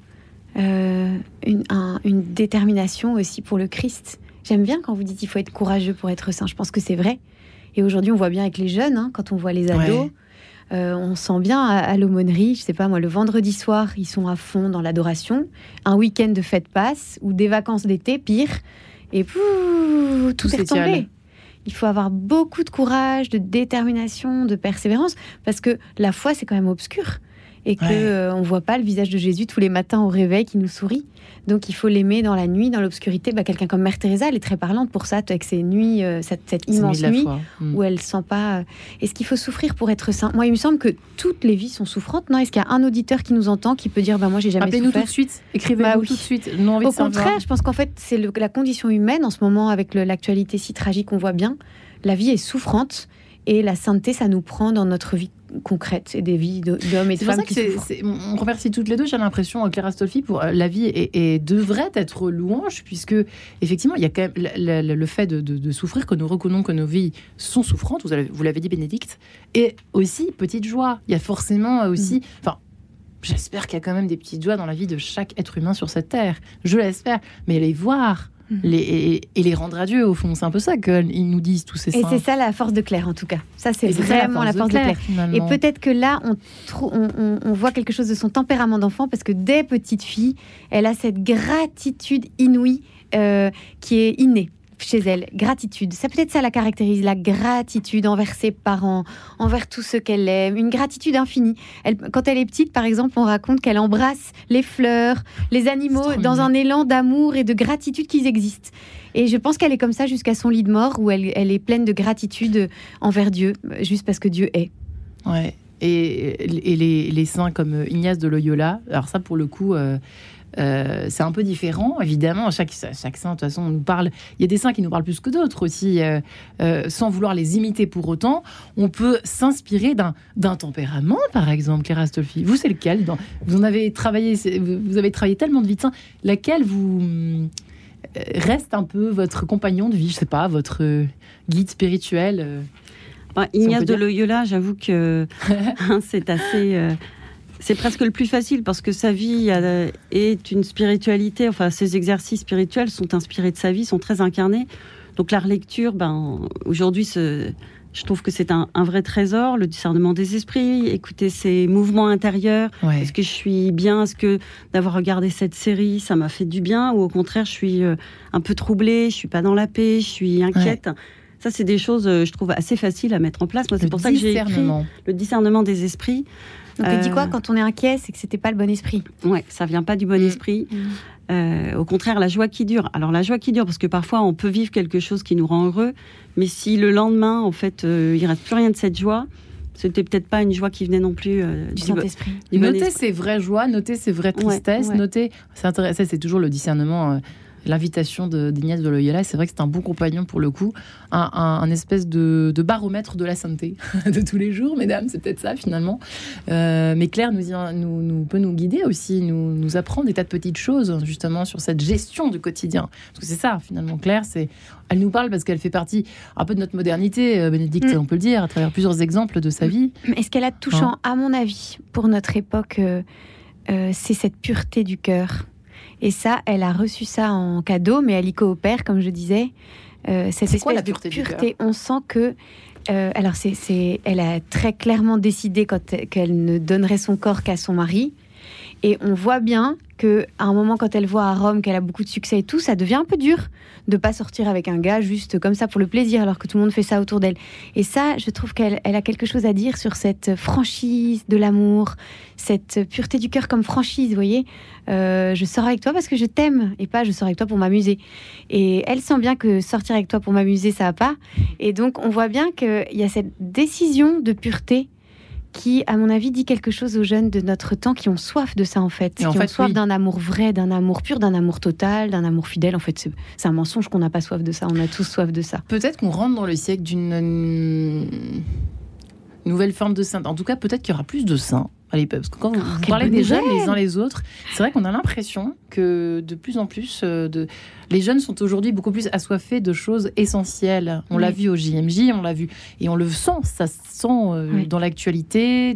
une détermination aussi pour le Christ. J'aime bien quand vous dites qu'il faut être courageux pour être saint. Je pense que c'est vrai. Et aujourd'hui, on voit bien avec les jeunes, quand on voit les ados, on sent bien à l'aumônerie, je sais pas moi, le vendredi soir, ils sont à fond dans l'adoration. Un week-end de fête passe, ou des vacances d'été, pire, et tout est retombé. Il faut avoir beaucoup de courage, de détermination, de persévérance, parce que la foi, c'est quand même obscur. Et qu'on ne voit pas le visage de Jésus tous les matins au réveil qui nous sourit. Donc il faut l'aimer dans la nuit, dans l'obscurité. Quelqu'un comme Mère Teresa, elle est très parlante pour ça, avec ses nuits, cette immense nuit où elle ne sent pas... Est-ce qu'il faut souffrir pour être saint ? Moi, il me semble que toutes les vies sont souffrantes, non ? Est-ce qu'il y a un auditeur qui nous entend, qui peut dire moi, j'ai jamais souffert ? Appelez-nous tout de suite, écrivez-nous tout de suite. Au contraire, je pense qu'en fait, c'est la condition humaine, en ce moment, avec l'actualité si tragique, on voit bien, la vie est souffrante. Et la sainteté, ça nous prend dans notre vie concrète et des vies d'hommes et de femmes qui souffrent. On remercie toutes les deux, j'ai l'impression, Claire Astolfi, pour la vie et devrait être louange, puisque effectivement, il y a quand même le fait de souffrir, que nous reconnaissons que nos vies sont souffrantes, vous l'avez dit, Bénédicte, et aussi petite joie. Il y a forcément aussi... J'espère qu'il y a quand même des petites joies dans la vie de chaque être humain sur cette terre. Je l'espère, mais les voir... et les rendre à Dieu, au fond, c'est un peu ça qu'ils nous disent tous ces saints. Et c'est ça la force de Claire, en tout cas. Ça, c'est vraiment la force de Claire. Et peut-être que là, on voit quelque chose de son tempérament d'enfant, parce que dès petite fille, elle a cette gratitude inouïe qui est innée chez elle. Gratitude, ça peut-être ça la caractérise, la gratitude envers ses parents, envers tout ce qu'elle aime, une gratitude infinie. Quand elle est petite, par exemple, on raconte qu'elle embrasse les fleurs, les animaux, dans un élan d'amour et de gratitude qu'ils existent. Et je pense qu'elle est comme ça jusqu'à son lit de mort, où elle est pleine de gratitude envers Dieu, juste parce que Dieu est. Ouais. Et les saints comme Ignace de Loyola, alors ça, pour le coup... c'est un peu différent, évidemment. Chaque saint, de toute façon, on nous parle. Il y a des saints qui nous parlent plus que d'autres aussi, sans vouloir les imiter pour autant. On peut s'inspirer d'un tempérament, par exemple, Claire Astolfi. Vous, c'est lequel ? Vous avez travaillé tellement de vies de saints. Laquelle reste un peu votre compagnon de vie ? Je sais pas, votre guide spirituel. Ignace de Loyola, j'avoue que c'est assez. C'est presque le plus facile parce que sa vie est une spiritualité, enfin ses exercices spirituels sont inspirés de sa vie, sont très incarnés. Donc la relecture, aujourd'hui, je trouve que c'est un vrai trésor, le discernement des esprits, écouter ses mouvements intérieurs. Ouais. Est-ce que je suis bien ? Est-ce que d'avoir regardé cette série, ça m'a fait du bien ? Ou au contraire, je suis un peu troublée, je suis pas dans la paix, je suis inquiète. Ouais. Ça, c'est des choses, je trouve, assez faciles à mettre en place. Moi, c'est pour ça que j'ai écrit le discernement des esprits. Donc, il dit quoi quand on est inquiet, c'est que c'était pas le bon esprit. Ouais, ça vient pas du bon esprit. Au contraire, la joie qui dure. Alors, la joie qui dure, parce que parfois, on peut vivre quelque chose qui nous rend heureux, mais si le lendemain, en fait, il reste plus rien de cette joie, c'était peut-être pas une joie qui venait non plus du Saint-Esprit. Notez ses vraies joies, notez ses vraies tristesses, notez. C'est intéressant, c'est toujours le discernement. L'invitation d'Ignace de Loyola, c'est vrai que c'est un bon compagnon pour le coup, un espèce de baromètre de la sainteté de tous les jours, mesdames, c'est peut-être ça finalement. Mais Claire peut nous guider aussi, nous apprendre des tas de petites choses justement sur cette gestion du quotidien. Parce que c'est ça finalement, Claire, elle nous parle parce qu'elle fait partie un peu de notre modernité, Bénédicte, on peut le dire, à travers plusieurs exemples de sa vie. Et ce qu'elle a de touchant, à mon avis, pour notre époque, c'est cette pureté du cœur. Et ça, elle a reçu ça en cadeau, mais elle y coopère, comme je disais. Cette espèce de pureté, on sent que... alors, elle a très clairement décidé qu'elle ne donnerait son corps qu'à son mari. Et on voit bien qu'à un moment, quand elle voit à Rome qu'elle a beaucoup de succès et tout, ça devient un peu dur de pas sortir avec un gars juste comme ça pour le plaisir, alors que tout le monde fait ça autour d'elle. Et ça, je trouve qu'elle a quelque chose à dire sur cette franchise de l'amour, cette pureté du cœur comme franchise, vous voyez. Je sors avec toi parce que je t'aime, et pas je sors avec toi pour m'amuser. Et elle sent bien que sortir avec toi pour m'amuser, ça va pas. Et donc, on voit bien qu'il y a cette décision de pureté qui, à mon avis, dit quelque chose aux jeunes de notre temps qui ont soif de ça, en fait. Qui ont soif d'un amour vrai, d'un amour pur, d'un amour total, d'un amour fidèle. En fait, c'est un mensonge qu'on n'a pas soif de ça. On a tous soif de ça. Peut-être qu'on rentre dans le siècle d'une nouvelle forme de sainte. En tout cas, peut-être qu'il y aura plus de saints à l'époque. Parce que quand vous parlez des jeunes les uns les autres, c'est vrai qu'on a l'impression que de plus en plus, les jeunes sont aujourd'hui beaucoup plus assoiffés de choses essentielles. On l'a vu au JMJ, on l'a vu. Et on le sent, ça se sent dans l'actualité,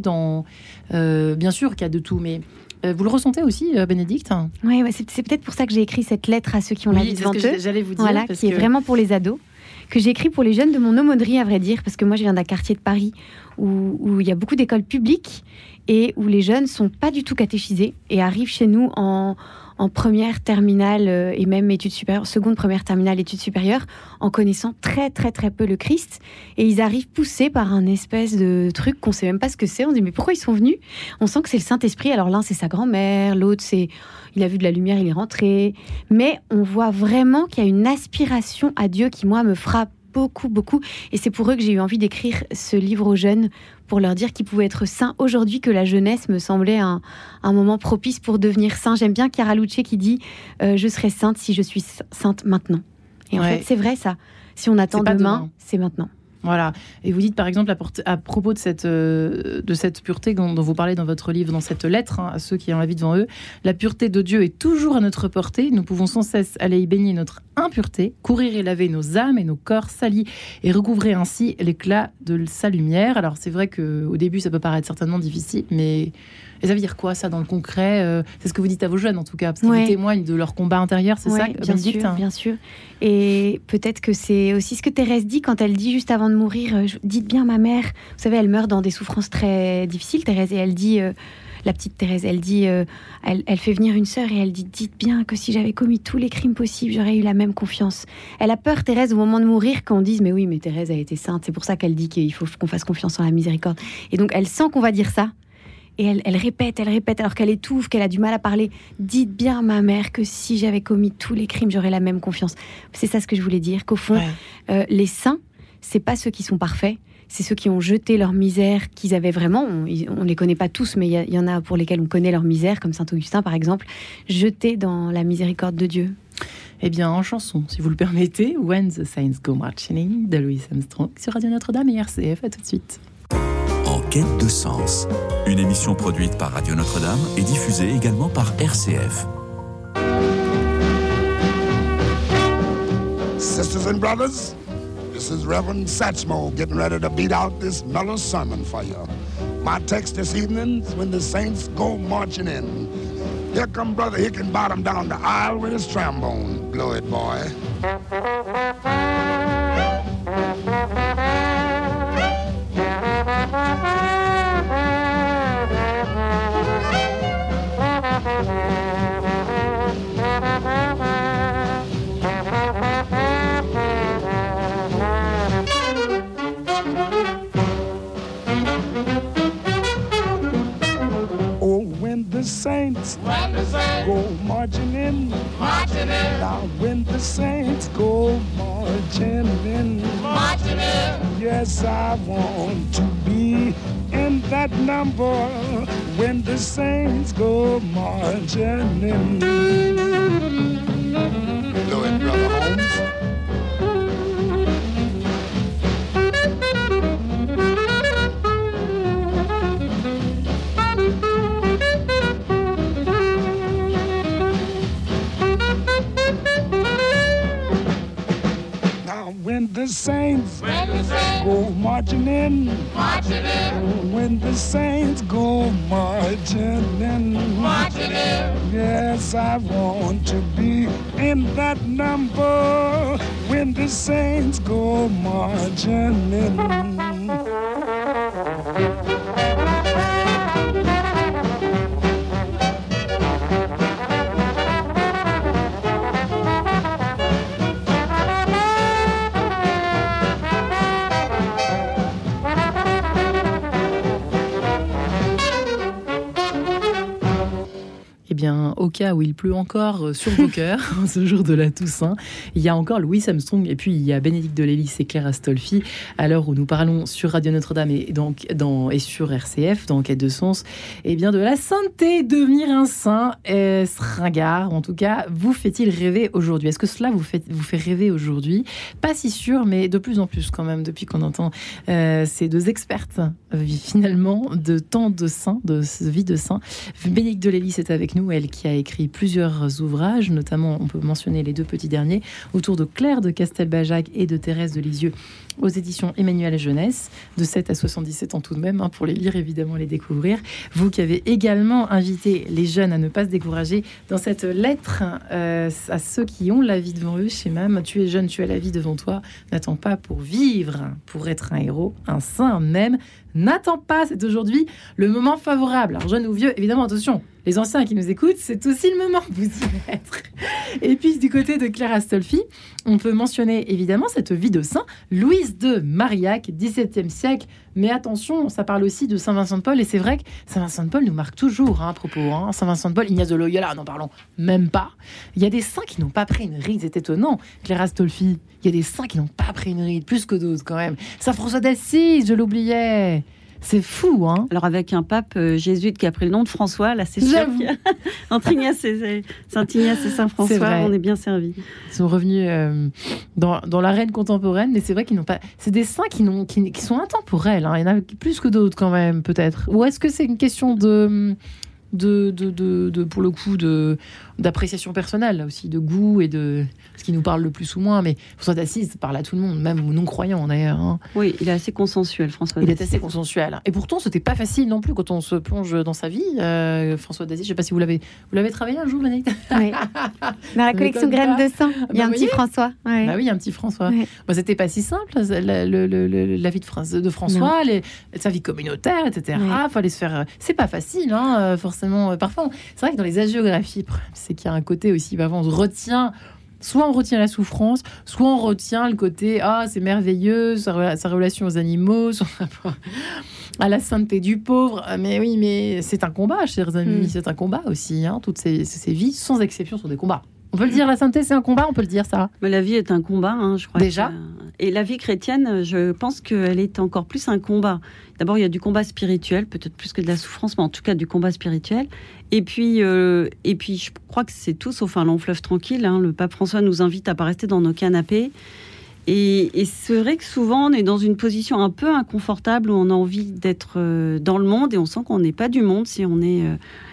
bien sûr qu'il y a de tout, mais... Vous le ressentez aussi, Bénédicte ? Oui, c'est peut-être pour ça que j'ai écrit cette lettre à ceux qui ont la vie devant eux. J'allais vous dire. Voilà, qui est vraiment pour les ados. Que j'ai écrit pour les jeunes de mon aumônerie, à vrai dire, parce que moi, je viens d'un quartier de Paris où il y a beaucoup d'écoles publiques et où les jeunes sont pas du tout catéchisés et arrivent chez nous en première, terminale et même études supérieures, seconde, première, terminale, études supérieures, en connaissant très, très, très peu le Christ. Et ils arrivent poussés par un espèce de truc qu'on sait même pas ce que c'est. On se dit, mais pourquoi ils sont venus ? On sent que c'est le Saint-Esprit. Alors l'un, c'est sa grand-mère, l'autre, il a vu de la lumière, il est rentré. Mais on voit vraiment qu'il y a une aspiration à Dieu qui, moi, me frappe beaucoup, beaucoup. Et c'est pour eux que j'ai eu envie d'écrire ce livre aux jeunes, pour leur dire qu'ils pouvaient être saints aujourd'hui, que la jeunesse me semblait un moment propice pour devenir saint. J'aime bien Chiara Luce qui dit « Je serai sainte si je suis sainte maintenant ». Et en fait, c'est vrai ça. Si on attend demain, c'est maintenant. Voilà. Et vous dites, par exemple, à propos de cette pureté dont vous parlez dans votre livre, dans cette lettre à ceux qui ont la vie devant eux, la pureté de Dieu est toujours à notre portée. Nous pouvons sans cesse aller y baigner notre impureté, courir et laver nos âmes et nos corps salis et recouvrer ainsi l'éclat de sa lumière. Alors, c'est vrai qu'au début, ça peut paraître certainement difficile, mais... Et ça veut dire quoi, ça, dans le concret ? C'est ce que vous dites à vos jeunes, en tout cas, parce qu'ils témoignent de leur combat intérieur, c'est ça, bien sûr. Et peut-être que c'est aussi ce que Thérèse dit quand elle dit, juste avant de mourir, dites bien ma mère. Vous savez, elle meurt dans des souffrances très difficiles, Thérèse, et elle dit... la petite Thérèse, elle dit, elle fait venir une sœur et elle dit, dites bien que si j'avais commis tous les crimes possibles, j'aurais eu la même confiance. Elle a peur, Thérèse, au moment de mourir, qu'on dise, mais oui, mais Thérèse a été sainte. C'est pour ça qu'elle dit qu'il faut qu'on fasse confiance en la miséricorde. Et donc, elle sent qu'on va dire ça. Et elle répète, alors qu'elle étouffe, qu'elle a du mal à parler. Dites bien, ma mère, que si j'avais commis tous les crimes, j'aurais la même confiance. C'est ça ce que je voulais dire, qu'au fond, les saints, c'est pas ceux qui sont parfaits, c'est ceux qui ont jeté leur misère qu'ils avaient vraiment. On les connaît pas tous, mais il y en a pour lesquels on connaît leur misère, comme saint Augustin par exemple, jeté dans la miséricorde de Dieu. Eh bien, en chanson, si vous le permettez, When the Saints Go Marching In, de Louis Armstrong, sur Radio Notre-Dame et RCF. À tout de suite. En quête de sens, une émission produite par Radio Notre-Dame et diffusée également par RCF. Sisters and brothers, this is Reverend Satchmo getting ready to beat out this mellow sermon for you. My text this evening is when the saints go marching in. Here come Brother Hickenbottom down the aisle with his trombone. Blow it, boy. The saints go marching in. Now when the saints go marching in, yes, I want to be in that number when the saints go marching in. Blow it, Brother Holmes. When the saints go marching in, when the saints go marching in, yes, I want to be in that number when the saints go marching in. Au cas où il pleut encore sur vos cœurs, ce jour de la Toussaint, il y a encore Louis Armstrong et puis il y a Bénédicte de Lellis et Claire Astolfi, à l'heure où nous parlons sur Radio Notre-Dame et sur RCF, dans Quête de Sens, et bien de la sainteté. Devenir un saint, ringard, en tout cas, vous fait-il rêver aujourd'hui? Est-ce que cela vous fait rêver aujourd'hui? Pas si sûr, mais de plus en plus quand même, depuis qu'on entend ces deux expertes, finalement, de tant de saints, de vie de saints. Bénédicte de Lellis est avec nous, elle qui a écrit plusieurs ouvrages, notamment, on peut mentionner les deux petits derniers, autour de Claire de Castelbajac et de Thérèse de Lisieux, aux éditions Emmanuel Jeunesse, de 7 à 77 ans tout de même, pour les lire, évidemment, les découvrir. Vous qui avez également invité les jeunes à ne pas se décourager dans cette lettre à ceux qui ont la vie devant eux, chez Mam. Tu es jeune, tu as la vie devant toi. N'attends pas pour vivre, pour être un héros, un saint même. N'attends pas, c'est aujourd'hui le moment favorable. Alors, jeunes ou vieux, évidemment, attention, les anciens qui nous écoutent, c'est aussi le moment de vous y mettre. Et puis, du côté de Claire Astolfi, on peut mentionner évidemment cette vie de saint, Louise de Marillac, 17e siècle. Mais attention, ça parle aussi de Saint-Vincent de Paul. Et c'est vrai que Saint-Vincent de Paul nous marque toujours, à propos. Saint-Vincent de Paul, Ignace de Loyola, n'en parlons même pas. Il y a des saints qui n'ont pas pris une ride, c'est étonnant. Claire Astolfi, il y a des saints qui n'ont pas pris une ride, plus que d'autres quand même. Saint François d'Assise, je l'oubliais. C'est fou, hein. Alors avec un pape jésuite qui a pris le nom de François, là c'est sûr qu'entre Ignace et Saint-Ignace et Saint-François, on est bien servis. Ils sont revenus dans l'arène contemporaine, mais c'est vrai qu'ils n'ont pas... C'est des saints qui sont intemporels, hein. Il y en a plus que d'autres quand même, peut-être. Ou est-ce que c'est une question de pour le coup, d'appréciation personnelle, là aussi, de goût et de ce qui nous parle le plus ou moins. Mais François d'Assise parle à tout le monde, même aux non-croyants d'ailleurs. Hein. Oui, il est assez consensuel, François d'Assise. Il est assez consensuel. Et pourtant, c'était pas facile non plus quand on se plonge dans sa vie. François d'Assise, je sais pas si vous l'avez travaillé un jour, Bénédicte. Oui. Dans la collection Graines de sang, il y a un petit François. Ouais. Bah oui, il y a un petit François. Ouais. Bah, c'était pas si simple, la vie de François, sa vie communautaire, etc. Ouais. Fallait se faire. C'est pas facile, hein, forcément. Parfois, c'est vrai que dans les hagiographies, c'est qu'il y a un côté aussi, parfois on retient, soit on retient la souffrance, soit on retient le côté c'est merveilleux, sa relation aux animaux, son rapport à la sainteté du pauvre. Mais oui, mais c'est un combat, chers amis, c'est un combat aussi. Hein, toutes ces vies, sans exception, sont des combats. On peut le dire, la sainteté, c'est un combat, on peut le dire, ça. Mais la vie est un combat, hein, je crois. Déjà. Et la vie chrétienne, je pense qu'elle est encore plus un combat. D'abord, il y a du combat spirituel, peut-être plus que de la souffrance, mais en tout cas du combat spirituel. Et puis je crois que c'est tout sauf un long fleuve tranquille. Hein. Le pape François nous invite à ne pas rester dans nos canapés. Et c'est vrai que souvent, on est dans une position un peu inconfortable où on a envie d'être dans le monde et on sent qu'on n'est pas du monde si on est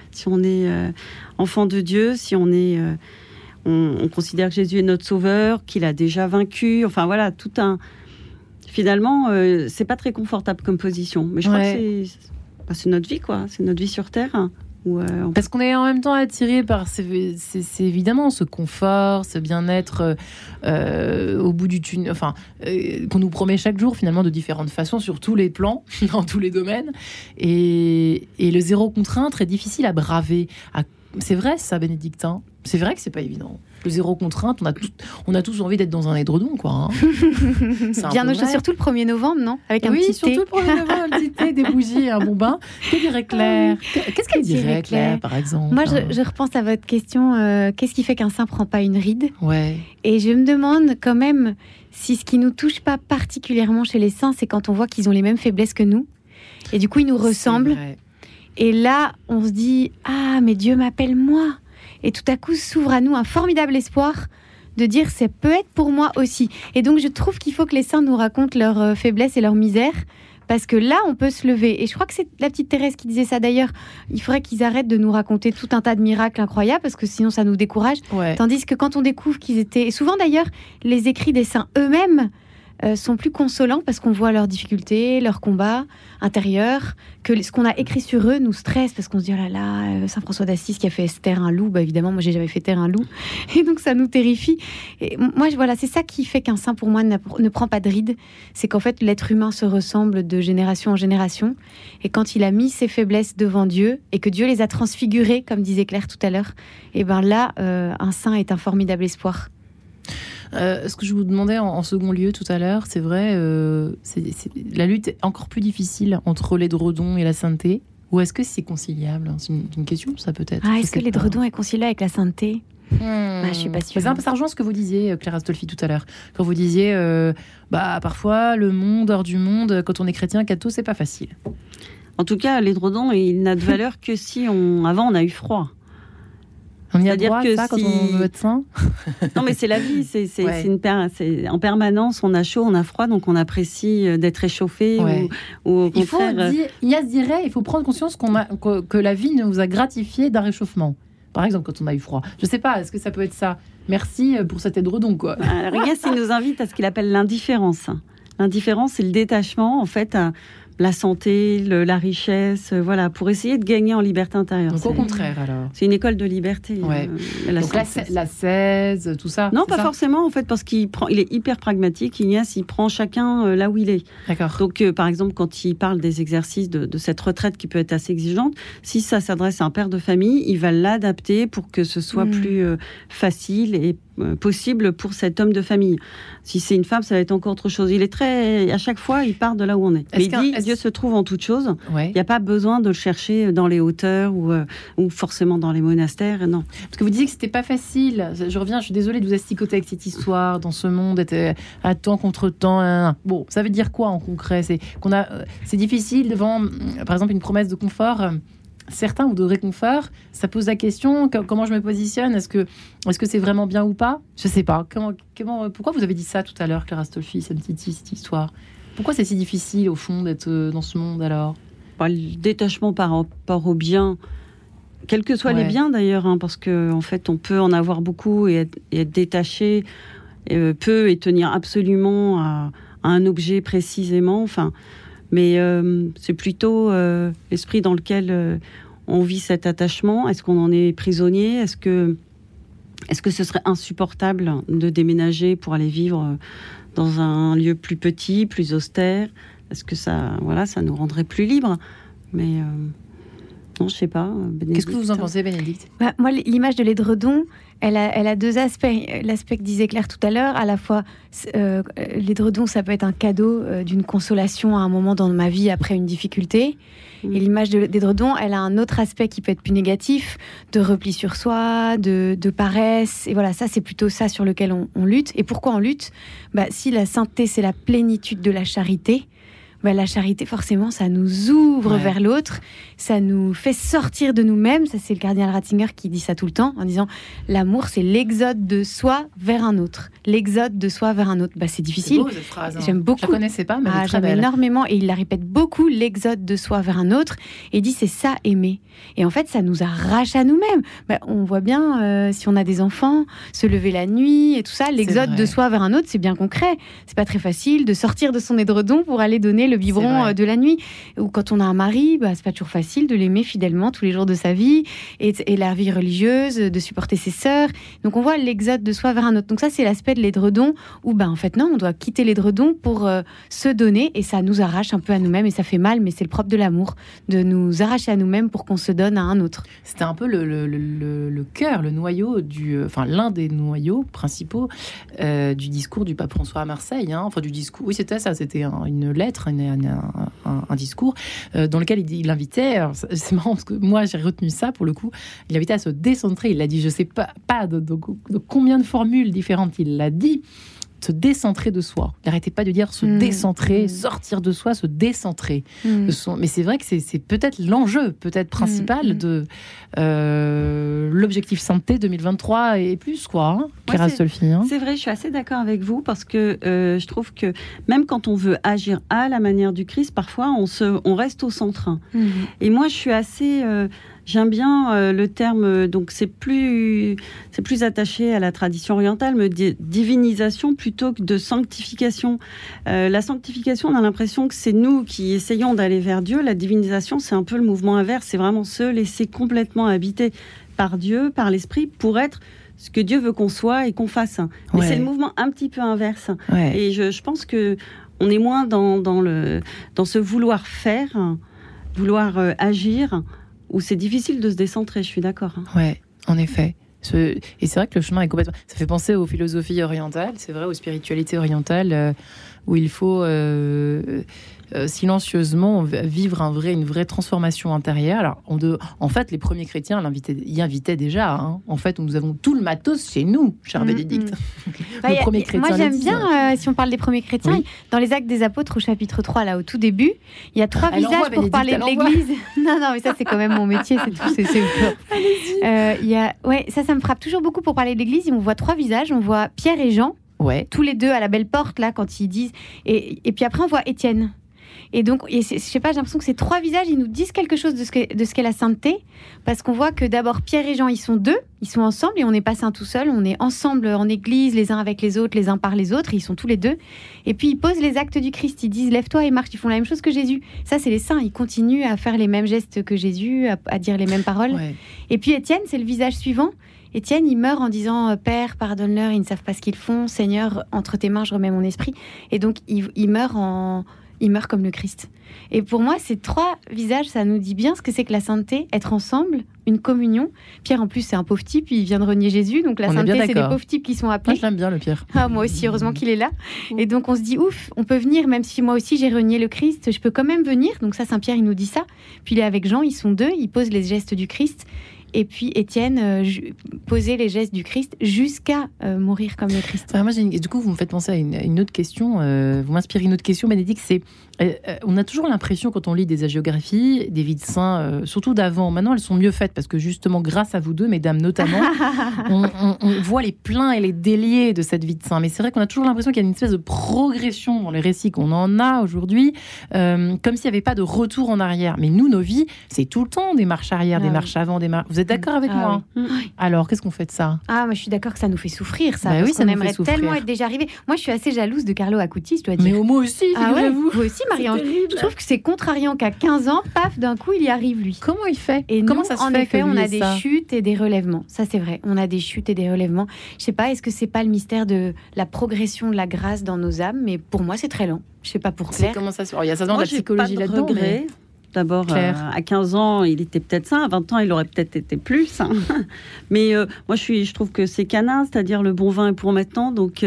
enfant de Dieu, si on est... On considère que Jésus est notre sauveur, qu'il a déjà vaincu. Enfin voilà, tout un... Finalement, c'est pas très confortable comme position. Mais je crois que c'est notre vie, quoi. C'est notre vie sur Terre. Hein, Parce qu'on est en même temps attiré par c'est évidemment ce confort, ce bien-être au bout du tunnel, qu'on nous promet chaque jour finalement de différentes façons sur tous les plans, dans tous les domaines. Et le zéro contrainte très difficile à braver. C'est vrai ça, Bénédicte. Hein. C'est vrai que c'est pas évident. Le zéro contrainte, on a tous envie d'être dans un édredon, quoi. Hein. Bien au chaud, surtout le 1er novembre, non? Avec un petit thé. Oui, surtout le 1er novembre, un petit thé, des bougies, un bon bain. Que dirait Claire? Qu'est-ce qu'elle dirait, Claire, par exemple? Moi, je repense à votre question. Qu'est-ce qui fait qu'un saint prend pas une ride? Ouais. Et je me demande quand même si ce qui nous touche pas particulièrement chez les saints, c'est quand on voit qu'ils ont les mêmes faiblesses que nous. Et du coup, ils nous ressemblent. Et là, on se dit, mais Dieu m'appelle moi. Et tout à coup, s'ouvre à nous un formidable espoir de dire, ça peut être pour moi aussi. Et donc, je trouve qu'il faut que les saints nous racontent leurs faiblesses et leurs misères, parce que là, on peut se lever. Et je crois que c'est la petite Thérèse qui disait ça d'ailleurs. Il faudrait qu'ils arrêtent de nous raconter tout un tas de miracles incroyables, parce que sinon, ça nous décourage. Ouais. Tandis que quand on découvre qu'ils étaient... Et souvent d'ailleurs, les écrits des saints eux-mêmes sont plus consolants parce qu'on voit leurs difficultés, leurs combats intérieurs, que ce qu'on a écrit sur eux nous stresse parce qu'on se dit, oh là là, Saint François d'Assise qui a fait taire un loup, évidemment, moi j'ai jamais fait taire un loup, et donc ça nous terrifie. Et moi, voilà, c'est ça qui fait qu'un saint pour moi ne prend pas de ride, c'est qu'en fait l'être humain se ressemble de génération en génération, et quand il a mis ses faiblesses devant Dieu, et que Dieu les a transfigurées, comme disait Claire tout à l'heure, et ben là, un saint est un formidable espoir. Ce que je vous demandais en second lieu tout à l'heure, c'est vrai, la lutte est encore plus difficile entre l'édredon et la sainteté. Ou est-ce que c'est conciliable? C'est une question, ça peut-être. Est-ce que l'édredon est conciliable avec la sainteté? Je suis pas sûre. C'est un peu ça rejoint ce que vous disiez, Claire Astolfi, tout à l'heure. Quand vous disiez, parfois, le monde, hors du monde, quand on est chrétien, catho, c'est pas facile. En tout cas, l'édredon, il n'a de valeur que si avant on a eu froid. On y a droit à ça quand on veut être saint? Non, mais c'est la vie. C'est en permanence, on a chaud, on a froid, donc on apprécie d'être réchauffé. Ou au contraire... Ignace dirait, il faut prendre conscience que la vie nous a gratifié d'un réchauffement. Par exemple, quand on a eu froid. Je sais pas, est-ce que ça peut être ça? Merci pour cet édredon, quoi. Alors, Ignace, il nous invite à ce qu'il appelle l'indifférence. L'indifférence, c'est le détachement, en fait, à la santé, la richesse, pour essayer de gagner en liberté intérieure. Donc au contraire, alors. C'est une école de liberté. Donc la 16, tout ça. Non, pas forcément, en fait, parce qu'il est hyper pragmatique. Ignace, il prend chacun là où il est. D'accord. Donc, par exemple, quand il parle des exercices de cette retraite qui peut être assez exigeante, si ça s'adresse à un père de famille, il va l'adapter pour que ce soit plus facile et possible pour cet homme de famille. Si c'est une femme, ça va être encore autre chose. À chaque fois, il part de là où on est. Mais il dit, Dieu se trouve en toute chose. Il n'y a pas besoin de le chercher dans les hauteurs ou forcément dans les monastères. Non. Parce que vous disiez que c'était pas facile. Je suis désolée de vous asticoter avec cette histoire dans ce monde, être à temps contre temps. Bon, ça veut dire quoi en concret? C'est difficile devant, par exemple, une promesse de confort. Certains ou de réconfort, ça pose la question, comment je me positionne, est-ce que c'est vraiment bien ou pas? Je sais pas. Pourquoi vous avez dit ça tout à l'heure, Claire Astolfi, cette histoire? Pourquoi c'est si difficile, au fond, d'être dans ce monde, alors? Le détachement par rapport au bien, quels que soient les biens, d'ailleurs, parce qu'en fait, on peut en avoir beaucoup et être détaché, peut et tenir absolument à un objet précisément, mais c'est plutôt l'esprit dans lequel on vit cet attachement. Est-ce qu'on en est prisonnier? Est-ce que ce serait insupportable de déménager pour aller vivre dans un lieu plus petit, plus austère? Est-ce que ça nous rendrait plus libres? Mais non, je sais pas. Qu'est-ce que vous en pensez, Bénédicte? Moi, l'image de l'édredon, elle a deux aspects. L'aspect que disait Claire tout à l'heure, à la fois, l'édredon, ça peut être un cadeau d'une consolation à un moment dans ma vie après une difficulté. Et l'image d'édredon, elle a un autre aspect qui peut être plus négatif, de repli sur soi, de paresse. Et voilà, ça, c'est plutôt ça sur lequel on lutte. Et pourquoi on lutte? Si la sainteté, c'est la plénitude de la charité, la charité, forcément, ça nous ouvre vers l'autre, ça nous fait sortir de nous-mêmes. Ça, c'est le cardinal Ratzinger qui dit ça tout le temps, en disant l'amour, c'est l'exode de soi vers un autre. L'exode de soi vers un autre. C'est difficile. C'est beau, cette phrase. J'aime beaucoup. Je la connaissais pas, mais elle est très belle. J'aime énormément, et il la répète beaucoup, l'exode de soi vers un autre, et il dit c'est ça, aimer. Et en fait, ça nous arrache à nous-mêmes. On voit bien, si on a des enfants, se lever la nuit et tout ça, l'exode de soi vers un autre, c'est bien concret. C'est pas très facile de sortir de son édredon pour aller donner le biberon de la nuit. Ou quand on a un mari, c'est pas toujours facile de l'aimer fidèlement tous les jours de sa vie, et la vie religieuse, de supporter ses sœurs. Donc on voit l'exode de soi vers un autre. Donc ça, c'est l'aspect de l'édredon où en fait non, on doit quitter l'édredon pour se donner, et ça nous arrache un peu à nous-mêmes, et ça fait mal, mais c'est le propre de l'amour, de nous arracher à nous-mêmes pour qu'on se donne à un autre. C'était un peu le cœur, le noyau l'un des noyaux principaux du discours du pape François à Marseille. Du discours, oui, c'était ça, c'était une lettre, un discours dans lequel il invitait, c'est marrant parce que moi j'ai retenu ça pour le coup, il invitait à se décentrer. Il l'a dit, je sais pas de combien de formules différentes il l'a dit, se décentrer de soi. Il n'arrêtait pas de dire se décentrer, sortir de soi, se décentrer. Mais c'est vrai que c'est peut-être l'enjeu, peut-être principal de l'objectif santé 2023 et plus, quoi. Claire Astolfi. C'est vrai, je suis assez d'accord avec vous, parce que je trouve que même quand on veut agir à la manière du Christ, parfois on reste au centre. Et moi, je suis assez... J'aime bien le terme, donc c'est plus attaché à la tradition orientale, mais divinisation plutôt que de sanctification. La sanctification, on a l'impression que c'est nous qui essayons d'aller vers Dieu. La divinisation, c'est un peu le mouvement inverse. C'est vraiment se laisser complètement habiter par Dieu, par l'Esprit, pour être ce que Dieu veut qu'on soit et qu'on fasse. Mais c'est le mouvement un petit peu inverse. Et je pense que on est moins dans ce vouloir faire, vouloir agir, où c'est difficile de se décentrer, je suis d'accord. Ouais, en effet. Et c'est vrai que le chemin est complètement... Ça fait penser aux philosophies orientales, c'est vrai, aux spiritualités orientales, où il faut silencieusement vivre une vraie transformation intérieure. Alors, en fait, les premiers chrétiens y invitaient déjà. Hein. En fait, nous avons tout le matos chez nous, cher Bénédicte. Moi, j'aime bien, si on parle des premiers chrétiens, dans les Actes des Apôtres au chapitre 3, là, au tout début, il y a 3 visages pour parler de l'Église. Non, mais ça, c'est quand même mon métier, c'est tout. Ça me frappe toujours beaucoup pour parler de l'Église. On voit 3 visages. On voit Pierre et Jean, tous les deux à la belle porte, là, quand ils disent... Et puis après, on voit Étienne. Et donc, je sais pas, j'ai l'impression que ces 3 visages, ils nous disent quelque chose de ce qu'est la sainteté, parce qu'on voit que d'abord, Pierre et Jean, ils sont 2, ils sont ensemble, et on n'est pas saints tout seuls, on est ensemble en église, les uns avec les autres, les uns par les autres, et ils sont tous les 2. Et puis, ils posent les actes du Christ, ils disent « Lève-toi et marche », ils font la même chose que Jésus. Ça, c'est les saints, ils continuent à faire les mêmes gestes que Jésus, à dire les mêmes paroles. Ouais. Et puis, Étienne, c'est le visage suivant. Étienne, il meurt en disant « Père, pardonne-leur, ils ne savent pas ce qu'ils font. Seigneur, entre tes mains, je remets mon esprit. » Et donc, il meurt comme le Christ. Et pour moi, ces 3 visages, ça nous dit bien ce que c'est que la sainteté, être ensemble, une communion. Pierre, en plus, c'est un pauvre type, il vient de renier Jésus, donc la sainteté, c'est des pauvres types qui sont appelés. Moi, je l'aime bien, le Pierre. Moi aussi, heureusement qu'il est là. Et donc, on se dit, ouf, on peut venir, même si moi aussi, j'ai renié le Christ, je peux quand même venir. Donc ça, Saint-Pierre, il nous dit ça. Puis il est avec Jean, ils sont 2, ils posent les gestes du Christ. Et puis Étienne poser les gestes du Christ jusqu'à mourir comme le Christ. Moi, du coup, vous me faites penser à une autre question. Vous m'inspirez une autre question, Bénédicte. C'est on a toujours l'impression, quand on lit des hagiographies, des vies de saints, surtout d'avant. Maintenant, elles sont mieux faites parce que justement, grâce à vous deux, mesdames notamment, on voit les pleins et les déliés de cette vie de saint. Mais c'est vrai qu'on a toujours l'impression qu'il y a une espèce de progression dans les récits qu'on en a aujourd'hui, comme s'il n'y avait pas de retour en arrière. Mais nous, nos vies, c'est tout le temps des marches arrière, des marches avant, des marches. Vous êtes d'accord avec moi? Oui. Alors, qu'est-ce qu'on fait de ça? Moi, je suis d'accord que ça nous fait souffrir, ça. Parce qu'on aimerait tellement être déjà arrivé. Moi, je suis assez jalouse de Carlo Acutis, je dois dire. Mais moi aussi, figurez-vous. Vous aussi, Marie-Ange. Je trouve que c'est contrariant qu'à 15 ans, paf, d'un coup, il y arrive, lui. Comment il fait? Et comment nous, ça se en fait effet, on a des ça chutes et des relèvements. Ça, c'est vrai. On a des chutes et des relèvements. Je sais pas, est-ce que c'est pas le mystère de la progression de la grâce dans nos âmes? Mais pour moi, c'est très lent. Je sais pas pour Claire. Comment ça se fait? Il y a ça dans la psychologie là-dedans. Mais... D'abord, à 15 ans, il était peut-être saint. À 20 ans, il aurait peut-être été plus saint. Mais moi, je trouve que c'est canin, c'est-à-dire le bon vin est pour maintenant. Donc,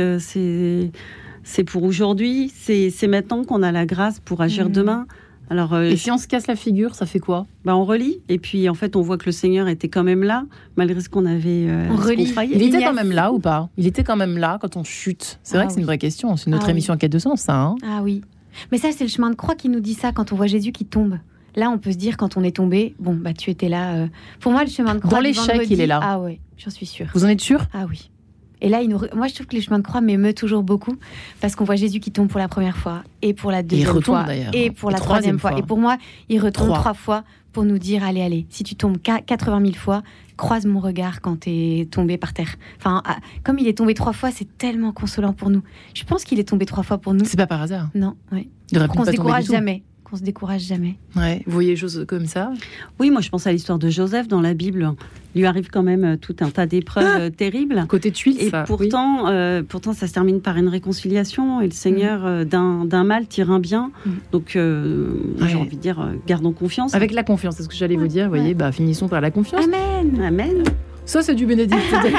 c'est pour aujourd'hui. C'est maintenant qu'on a la grâce pour agir demain. Alors, et si on se casse la figure, ça fait quoi? On relit. Et puis, en fait, on voit que le Seigneur était quand même là, malgré ce qu'on avait croyait. Il était quand même là ou pas? Il était quand même là quand on chute. C'est vrai que c'est une vraie question. C'est notre émission en quête de sens, ça. Hein. Ah oui. Mais ça, c'est le chemin de croix qui nous dit ça quand on voit Jésus qui tombe. Là, on peut se dire, quand on est tombé, tu étais là. Pour moi, le chemin de croix... Dans l'échec, il est là. Ah ouais, j'en suis sûre. Vous en êtes sûre? Ah oui. Et là, moi, je trouve que les chemins de croix m'émeut toujours beaucoup, parce qu'on voit Jésus qui tombe pour la première fois, et pour la deuxième fois, et pour la troisième fois. Et pour moi, il retombe 3 fois pour nous dire, allez, si tu tombes 80 000 fois, croise mon regard quand t'es tombé par terre. Enfin, comme il est tombé 3 fois, c'est tellement consolant pour nous. Je pense qu'il est tombé 3 fois pour nous. C'est pas par hasard. Non, ouais. Qu'on se décourage jamais. On se décourage jamais. Ouais, vous voyez les choses comme ça? Oui, moi je pense à l'histoire de Joseph dans la Bible. Il lui arrive quand même tout un tas d'épreuves terribles. Côté tuile, et ça. Pourtant, ça se termine par une réconciliation. Et le Seigneur, d'un mal, tire un bien. Donc, j'ai envie de dire, gardons confiance. Avec la confiance, c'est ce que j'allais vous dire. Vous voyez, finissons par la confiance. Amen. Amen. Ça, c'est du Bénédicte.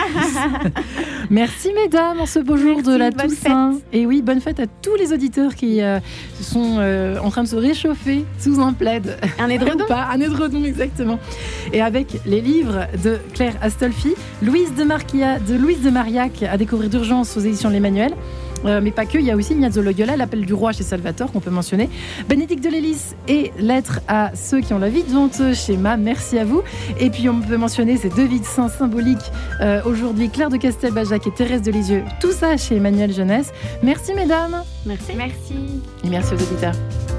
Merci, mesdames, en ce beau jour de la Toussaint. Et oui, bonne fête à tous les auditeurs qui sont en train de se réchauffer sous un plaid. Un édredon. Un édredon, exactement. Et avec les livres de Claire Astolfi, Louise de Marillac à découvrir d'urgence aux éditions de l'Emmanuel. Mais pas que, il y a aussi Ignazio Loyola, L'appel du roi chez Salvatore, qu'on peut mentionner. Bénédicte de Lélis et Lettres à ceux qui ont la vie devant eux chez Ma. Merci à vous. Et puis on peut mentionner ces 2 vies de saints symboliques aujourd'hui, Claire de Castelbajac et Thérèse de Lisieux. Tout ça chez Emmanuel Jeunesse. Merci mesdames. Merci. Et merci aux auditeurs.